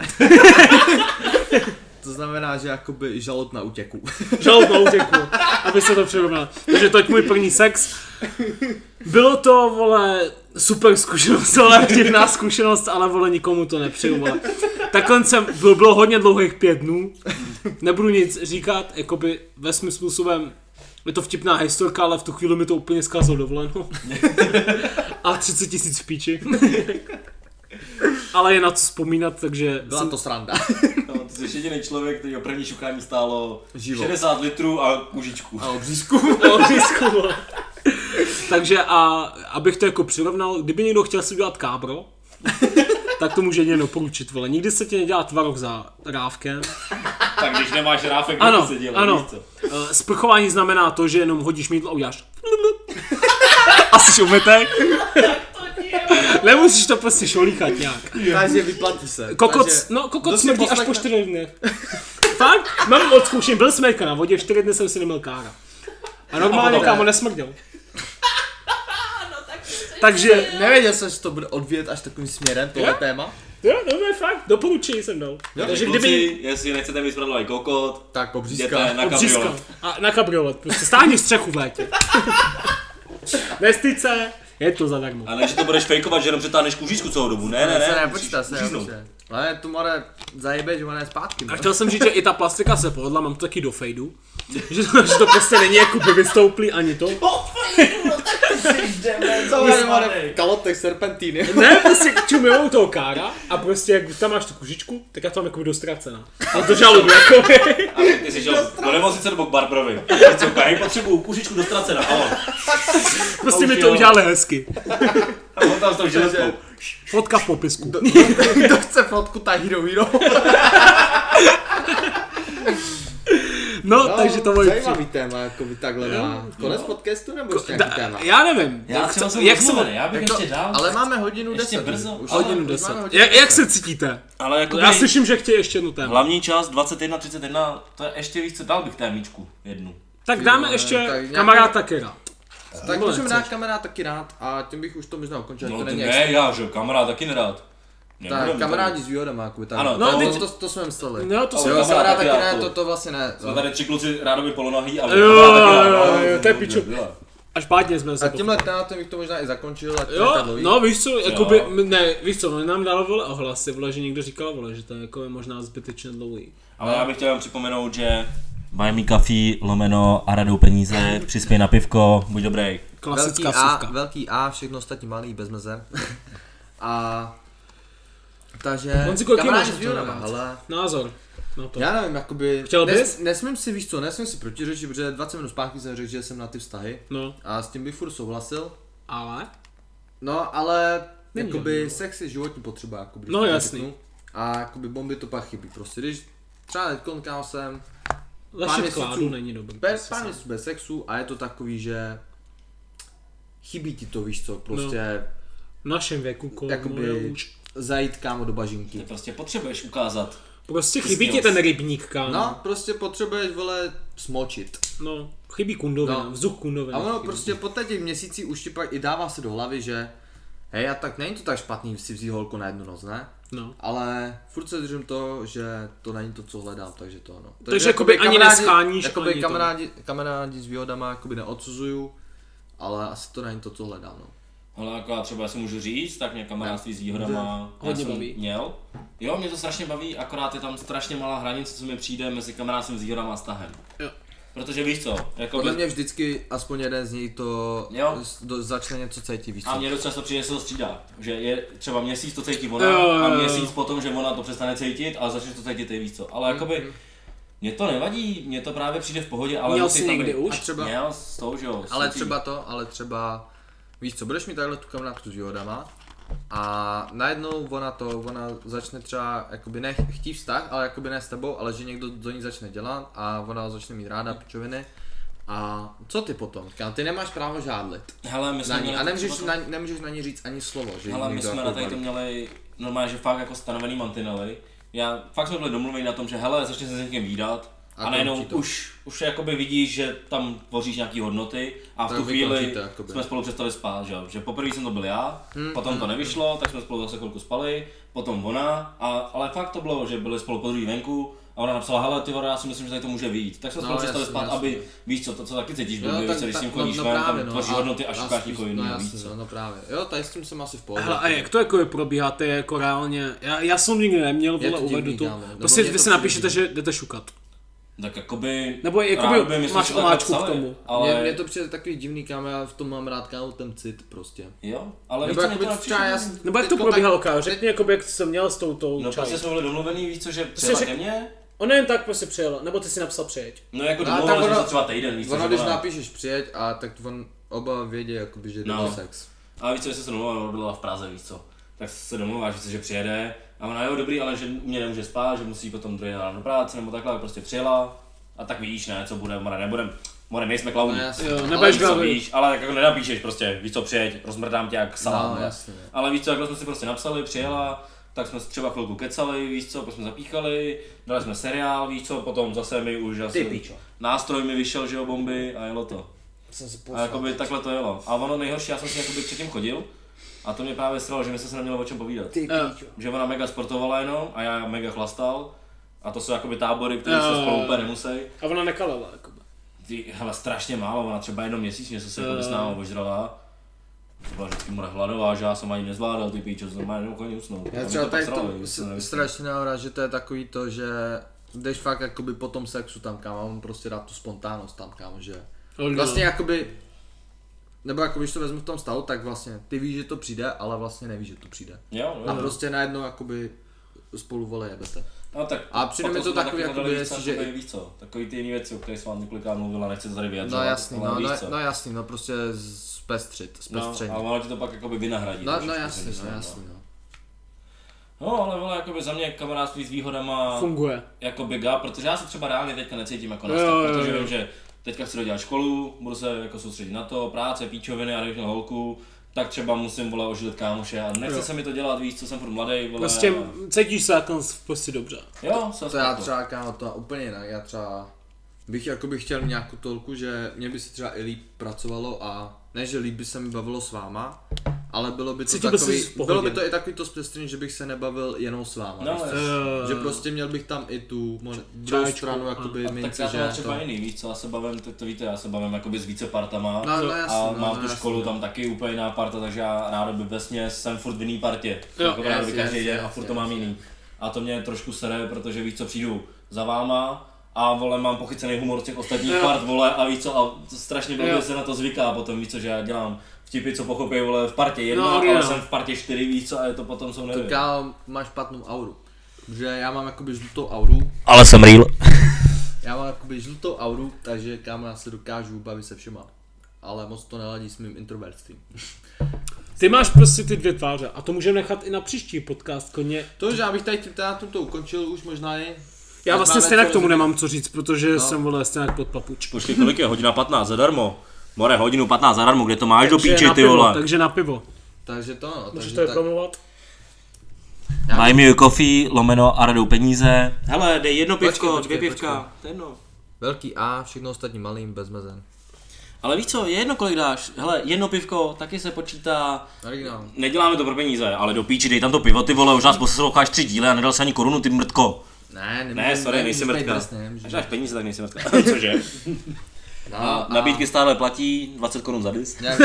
To znamená, že jakoby žalud na útěku. Žalud na útěku, aby se to přirovnalo. Takže to je můj první sex. Bylo to, vole, super zkušenost, ale divná zkušenost, ale vole, nikomu to nepřeju, vole. Takhle jsem, bylo, bylo hodně dlouhých pět dnů, nebudu nic říkat, jakoby ve smyslu způsobem, je to vtipná historka, ale v tu chvíli mi to úplně zkazilo dovolenou. A třicet tisíc v píči. Ale je na co vzpomínat, takže... Byla jsem... to sranda. No, ty jsi jediný člověk, který o první šukání stálo Život. šedesát litrů a kužičku. A obřízku. Obřízku, vole. Takže a abych to jako přirovnal, kdyby někdo chtěl si udělat kábro, tak to může jen doporučit, vole. Nikdy se ti nedělá tvaroh za rávkem. Tak když nemáš ráfek, Ano, se dělá, ano. víš co? Uh, sprchování znamená to, že jenom hodíš mýdlo a uděláš a jsi umytej. Nemusíš to prostě šolíchat nějak. Takže vyplatí se. Kokot, Takže no kokot kdo si smrdí až poslechne- po čtyřech dnech. Fakt? Mám odzkoušen, byl smrďka na vodě, čtyři dny jsem si neměl kára. A normálně, potom- kámo, nesmrděl. Takže, Nevěděl jsem, že to bude odvíjet až takovým směrem, tohle Jo? téma. jo, no je fakt, doporučení jsem dal. Takže Takže kluci, kdyby jestli nechcete mít smradlavý kokot, Tak jděte obřízka. na obřízka kabriolet. a na kabriolet, prostě stáhni střechu v létě. Nestyď se, je to zadarmo. A ne, že to budeš fejkovat, že jenom přetáhneš kůžičku celou dobu. Ne, ne, Ne, se ne. nepočítá, se uříznout. nepočítá. Ale tu more zajebe, že ona je zpátky. A no. chtěl jsem říct, že i ta plastika se povedla, mám to taky do fejdu. Že to, že to prostě není jako by vystouplý ani to. Co je v kalotech serpentíny? Ne, prostě čumujou toho kára a prostě jak tam máš tu kužičku, tak já tam jako dostracená. A to žaludu jako. A ty jsi šel do nemocnice nebo k Barbarovi. Co, hej, potřebuju kužičku dostracená, ano. Prostě mi to udělali hezky. A on tam s tou žiletkou. Fotka v popisku. Kdo chce fotku, tak Hero Hero. No, no, takže to můj zajímavý téma, jako by takhle na konec no. podcastu, nebo ještě nějaký téma? Já nevím. Já třeba jsem jak jsem, já bych jako, ještě dál. Ale máme hodinu ještě deset. brzo. Už hodinu deset. Jak, jak se cítíte? Ale jako já slyším, že chtějí ještě jednu téma. Hlavní část dvacet jedna třicet jedna, to je ještě víc, co dal bych témičku jednu. Tak dáme jo, ještě tak kamarád taky rád. Tak můžeme dát kamarád taky rád a tím bych už to možná ukončil. No to ty není ne, já, že kamarád taky nerád. Tak kamarádi s výhodama, jakoby tak. Ano, no, to, to, to, to jsme mysleli. No, to jo, kamarád taky ne, to, to vlastně ne. Jsme tady tři kluci rádoby polonohý, ale jo, kamarád taky jo, rád. jo, to je piču. A špatně jsme se. A tímhle tématem bych to možná i zakončil, ať jo, to no víš co, jakoby, ne, víš co, no nám dalo vole ohlasy, vole, že někdo říkal, vole, že to je jako možná zbytečně dlouhý. Ale já bych chtěl jen připomenout, že Buy Me Coffee, lomeno a radou peníze, přispěj na pivko, buď dobrý. Klasická velký vsuvka. A, velký A, všechno ostatní malý, bez meze. A takže kamarádi s výhodama, ale názor na to. Já nevím, jakoby, chtěl bys? Nes, nesmím si, víš co, nesmím si protiřečit, protože dvacet minut zpátky jsem řekl, že jsem na ty vztahy No. a s tím bych furt souhlasil. Ale? No, ale Není jakoby dobrý. sex je životní potřeba, jakoby, No, když to jasný. řeknu. A jakoby bomby to pak chybí, prostě když třeba teď konkal jsem Lešit kládu není dobrý. bez, pár měsíců bez sexu a je to takový, že chybí ti to, víš co, prostě V našem věku kolem jakoby už. zajít kámo do Ty bažinky. prostě potřebuješ ukázat. Prostě Ty chybí ti skills. ten rybník, kámo. No, prostě potřebuješ, vole, smočit. No, chybí kundovina, No. vzduch kundovina. A ono chybí. prostě po těch měsících už ti pak i dává se do hlavy, že hej, a tak není to tak špatný si vzít holku na jednu noc, ne? No. Ale furt se držím to, že to není to, co hledám, takže to no. Takže jakoby ani nescháníš, jakoby ani to. kamarádi, kamarádi s výhodama jakoby neodsuzuju, ale asi to není to, co hledám, no. Ale jako já třeba si můžu říct, tak mě kamarádství s výhodama Hodně já jsem baví. měl. Jo, mě to strašně baví, akorát je tam strašně malá hranice, co mi přijde mezi kamarádstvím s výhodama a vztahem. Jo. Protože víš co, jako Podle by... mě vždycky aspoň jeden z nich to Jo. z- do, začne něco cítit, víš co? A mně dost často přijde, že se to střídá. Že je třeba měsíc to cítí ona Jo, jo, jo. a měsíc potom, že ona to přestane cítit a začne to cítit ty, víš co. Ale jakoby, mě to nevadí, mně to právě přijde v pohodě, ale Měl musí jsi tam někdy být- už? A třeba, Měl s tou, že jo. s ale tím- třeba to, ale třeba, víš co, budeš mít takhle tu kamarádku s výhodama a najednou ona to, ona začne třeba, jakoby ne chtít vztah, ale jakoby ne s tebou, ale že někdo do ní začne dělat a ona ho začne mít ráda, pičoviny. A co ty potom? Kam ty nemáš právo žádlit Hele, my jsme na ní měli a to nemůžeš třeba na, nemůžeš na ní říct ani slovo, že jí Hele, my někdo jsme jako na tady to balí. měli normálně, že fakt jako stanovený mantinely. Já fakt jsme byli domluveni na tom, že hele, začne se s někým výdat A a, najednou končí to. už, už jakoby vidíš, že tam tvoříš nějaký hodnoty a v Tak tu vy chvíli končíte, jakoby. jsme spolu přestali spát, že jo. Že poprvé jsem to byl já, Hmm, potom to nevyšlo, tak jsme spolu zase chvilku spali, potom ona, a, ale fakt to bylo, že byli spolu po druhý venku a ona napsala, hele ty vole, já si myslím, že tady to může vyjít. Tak jsme No, spolu přestali jasně, spát, jasně. aby, víš co, to co taky cítíš, Jo, blbě, tak- víš co, když s tak- tím chodíš no, ven, právě, tam no, tvoří a- hodnoty a a šukáš s- někoho no, jiného, jasně, víš co. no, no právě, jo, tady s tím jsem asi v pohodě. Hele, a jak to jako probíhá, ty jako reálně, já, já jsem nikdy neměl, Je vole, to uvedu divný, to, kámo, nebo prostě mně vy to si přijde napíšete, divný. že jdete šukat. Tak jakoby, Nebo jakoby rádoby my jsme máš si takhle omáčku k psali, tomu. ale... Mně, mně to přijde takový divný, kámo, já v tom mám rád kámo ten cit prostě. Jo, ale Nebo víš co, mě jakoby to nepřišlo. třeba já jsem- Nebo jak to teďko probíhalo, tak- kámo, řekni jakoby, jak jsi měl s tou, tou No čaj. prostě jsme byli domluvený, víš co, že přijela řek- ke mně, Ona jen tak prostě přijela, nebo ty si napsal přijeď. no jako No a domluvila, tak že ono- se třeba týden, víš co, Ono, že když ona- napíšeš přijeď a tak on oba vědí, jakoby, že jde No. no. sex. A víš co, že se domluvila, ona byla v Praze, víš co. Tak se domluvila, že, že přijede a ona jo dobrý, ale že u mě nemůže spát, že musí potom druhý ráno do práce nebo takhle, prostě přijela a tak vidíš ne, co bude, more nebudem, more nejsme klauni. No, jasně. Jo, Ale nebudeš Víš co, hlavy. víš, ale tak jako nenapíšeš prostě, víš co, přijeď, rozmrdám tě jak salám, No, ne? jasně. Ale víš co, takhle jsme si prostě napsali, přijela, tak jsme třeba chvilku kecali, víš co, pak jsme zapíchali, dali jsme seriál, víš co, potom zase mi už asi pičo. nástroj mi vyšel, že jo, bomby a jelo to. Jsem se A jakoby takhle to jelo. A ono nejhorší, já jsem si jakoby předtím chodil a to mě právě sralo, že my jsme se neměli o čem povídat. Ty Jo. pičo. Že ona mega sportovala jenom a já mega chlastal. A to jsou jakoby tábory, které se Jo. spolu úplně nemusí. A ona nekalela, jakoby. Ty, hele, strašně málo, ona třeba jednou měsíčně se se Jo. jakoby s náma ožrala. To byla vždycky moje hladová, že já jsem ani nezvládal ty píčo, to normálně jenom konec usnout. Já A mě třeba to tady pak v sralo, tom víš co, s- nevím. strašně návrát, že to je takový to, že jdeš fakt jakoby po tom sexu tam, kámo, mám prostě rád tu spontánnost tam, kámo, že Oh, no. vlastně jakoby nebo jako když to vezmu v tom stavu, tak vlastně ty víš, že to přijde, ale vlastně nevíš, že to přijde. Jo, jo. A prostě najednou jakoby spolu vole jebete. No tak a přijde mi to takový, jakoby, jestli, že... Takový, víc co, takový ty jiný věci, o kterých jsem vám několikrát mluvil a nechci to tady vyjadřovat. No jasný, ale no, víš no, co. no jasný, no prostě zpestřit, zpestření. No, ale ono ti to pak jakoby vynahradí. No, trošku, no jasný, myslím, no jasný, no. No, ale vole, jakoby za mě kamarádství s výhodama funguje. Jako big up, protože já se třeba reálně teďka necítím jako na Jo, stav, jo, protože jo. vím, že teďka chci dodělat školu, budu se jako soustředit na to, práce, píčoviny a když měl holku, tak třeba musím vole ožilit kámoše a nechce Jo. se mi to dělat, víš, co jsem furt mladej, vole. Prostě a... cítíš se jako prostě dobře. Jo, se To já třeba kámo, to úplně jinak, já třeba bych jakoby chtěl nějakou tolku, že mě by se třeba i líp pracovalo a ne, že líp by se mi bavilo s váma, ale bylo by to Cítil by takový, ses v pohodě. bylo by to i takový to zpestření, že bych se nebavil jenom s váma, No, víš co? Eh, že prostě měl bych tam i tu mo- druhou Čáčku, stranu a- jakoby a tak mince, já to mám že třeba to... jiný, víš co, já se bavím, to, to víte, já se bavím jakoby s více partama No, no, jasný, a no, mám no, tu jasný, školu, no. tam taky úplně jiná parta, takže já rádoby vesměs jsem furt v jiný partě, Jo, jako rádoby jasný, každý jasný, den a jasný, furt to mám jasný. jiný. A to mě trošku sere, protože víš co, přijdu za váma a vole, mám pochycený humor z těch ostatních Jo. part, vole, a víš co, a to strašně Jo. blbě se na to zvyká potom, víš co, že já dělám vtipy, co pochopí, vole, v partě jedna, No, ale jo. jsem v partě čtyři, víš co, a je to potom jsou To nevím. kámo, máš špatnou auru. Že já mám jakoby žlutou auru, Ale jsem real. já mám jakoby žlutou auru, takže kámo já se dokážu bavit se všema. Ale moc to neladí s mým introvertstvím. Ty máš prostě ty dvě tváře a to můžeme nechat i na příští podcast koně. To, že já bych tady tím tématem to ukončil, už možná je. Já Ať vlastně máme stejně co k tomu rozumí. nemám co říct, protože no. jsem vole stejně pod papuč. Počkej, kolik je? Hodina patnáct zadarmo. More, hodinu patnáct zadarmo, kde to máš do Takže píči, na ty pivo, vole. takže na pivo. Takže to no, Můžeš takže to je tak. promovat? Buy me a coffee, lomeno a radou peníze. Hele, dej jedno Počkej, pivko, počkej, dvě počkej. pivka, to je jedno. Velký A, všechno ostatní malým, bez mezen. Ale víš co, je jedno kolik dáš. Hele, jedno pivko, taky se počítá. Originál. Neděláme to pro peníze, ale do píči, dej tam to pivo, ty vole, už nás posloucháš tři díly a nedal se ani korunu, ty mrtko. Ne, Ne, sorry, nejsi mrtka. Až dáš peníze, tak nejsi mrtka. Cože? No, A nabídky stále platí, dvacet korun za disk. Nějak,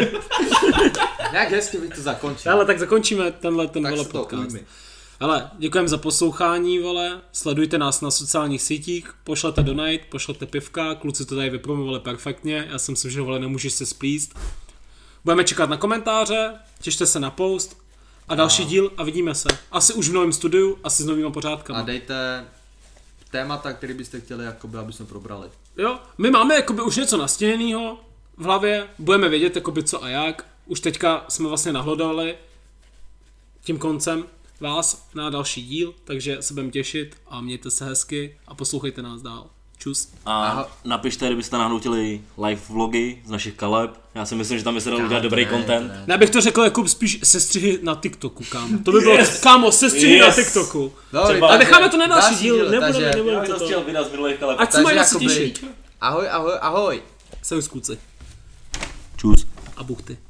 nějak hezky bych to zakončil. Ale tak zakončíme tenhle ten tak vole se to podcast. ujmi. Hele, děkujeme za poslouchání, vole, sledujte nás na sociálních sítích, pošlete donate, pošlete pivka, kluci to tady vypromovali perfektně, já si myslím, že vole, nemůžeš se splíst. Budeme čekat na komentáře, těšte se na post a další A. díl a vidíme se. Asi už v novém studiu, asi s novýma pořádkama. A dejte témata, který byste chtěli, jakoby, aby jsme probrali. Jo, my máme jakoby už něco nastěněného v hlavě, budeme vědět jakoby co a jak, už teďka jsme vlastně nahlodali tím koncem vás na další díl, takže se budeme těšit a mějte se hezky a poslouchejte nás dál. Čus. A Aha. napište, kdybyste náhodou chtěli live vlogy z našich kaleb. Já si myslím, že tam by se dal udělat dobrý Ne, content. ne. Ne, já bych to řekl jako spíš sestřihy na TikToku, kámo. To by bylo, yes. Kámo, sestřihy Yes. na TikToku. Dobrý, Třeba- A takže necháme to na další díl, nebudeme, takže, nebudeme to to. vydat z minulých kaleb. Ať se takže mají na se jakoby- těšit. Ahoj, ahoj, ahoj. Jsou skůci Čus. a buchty.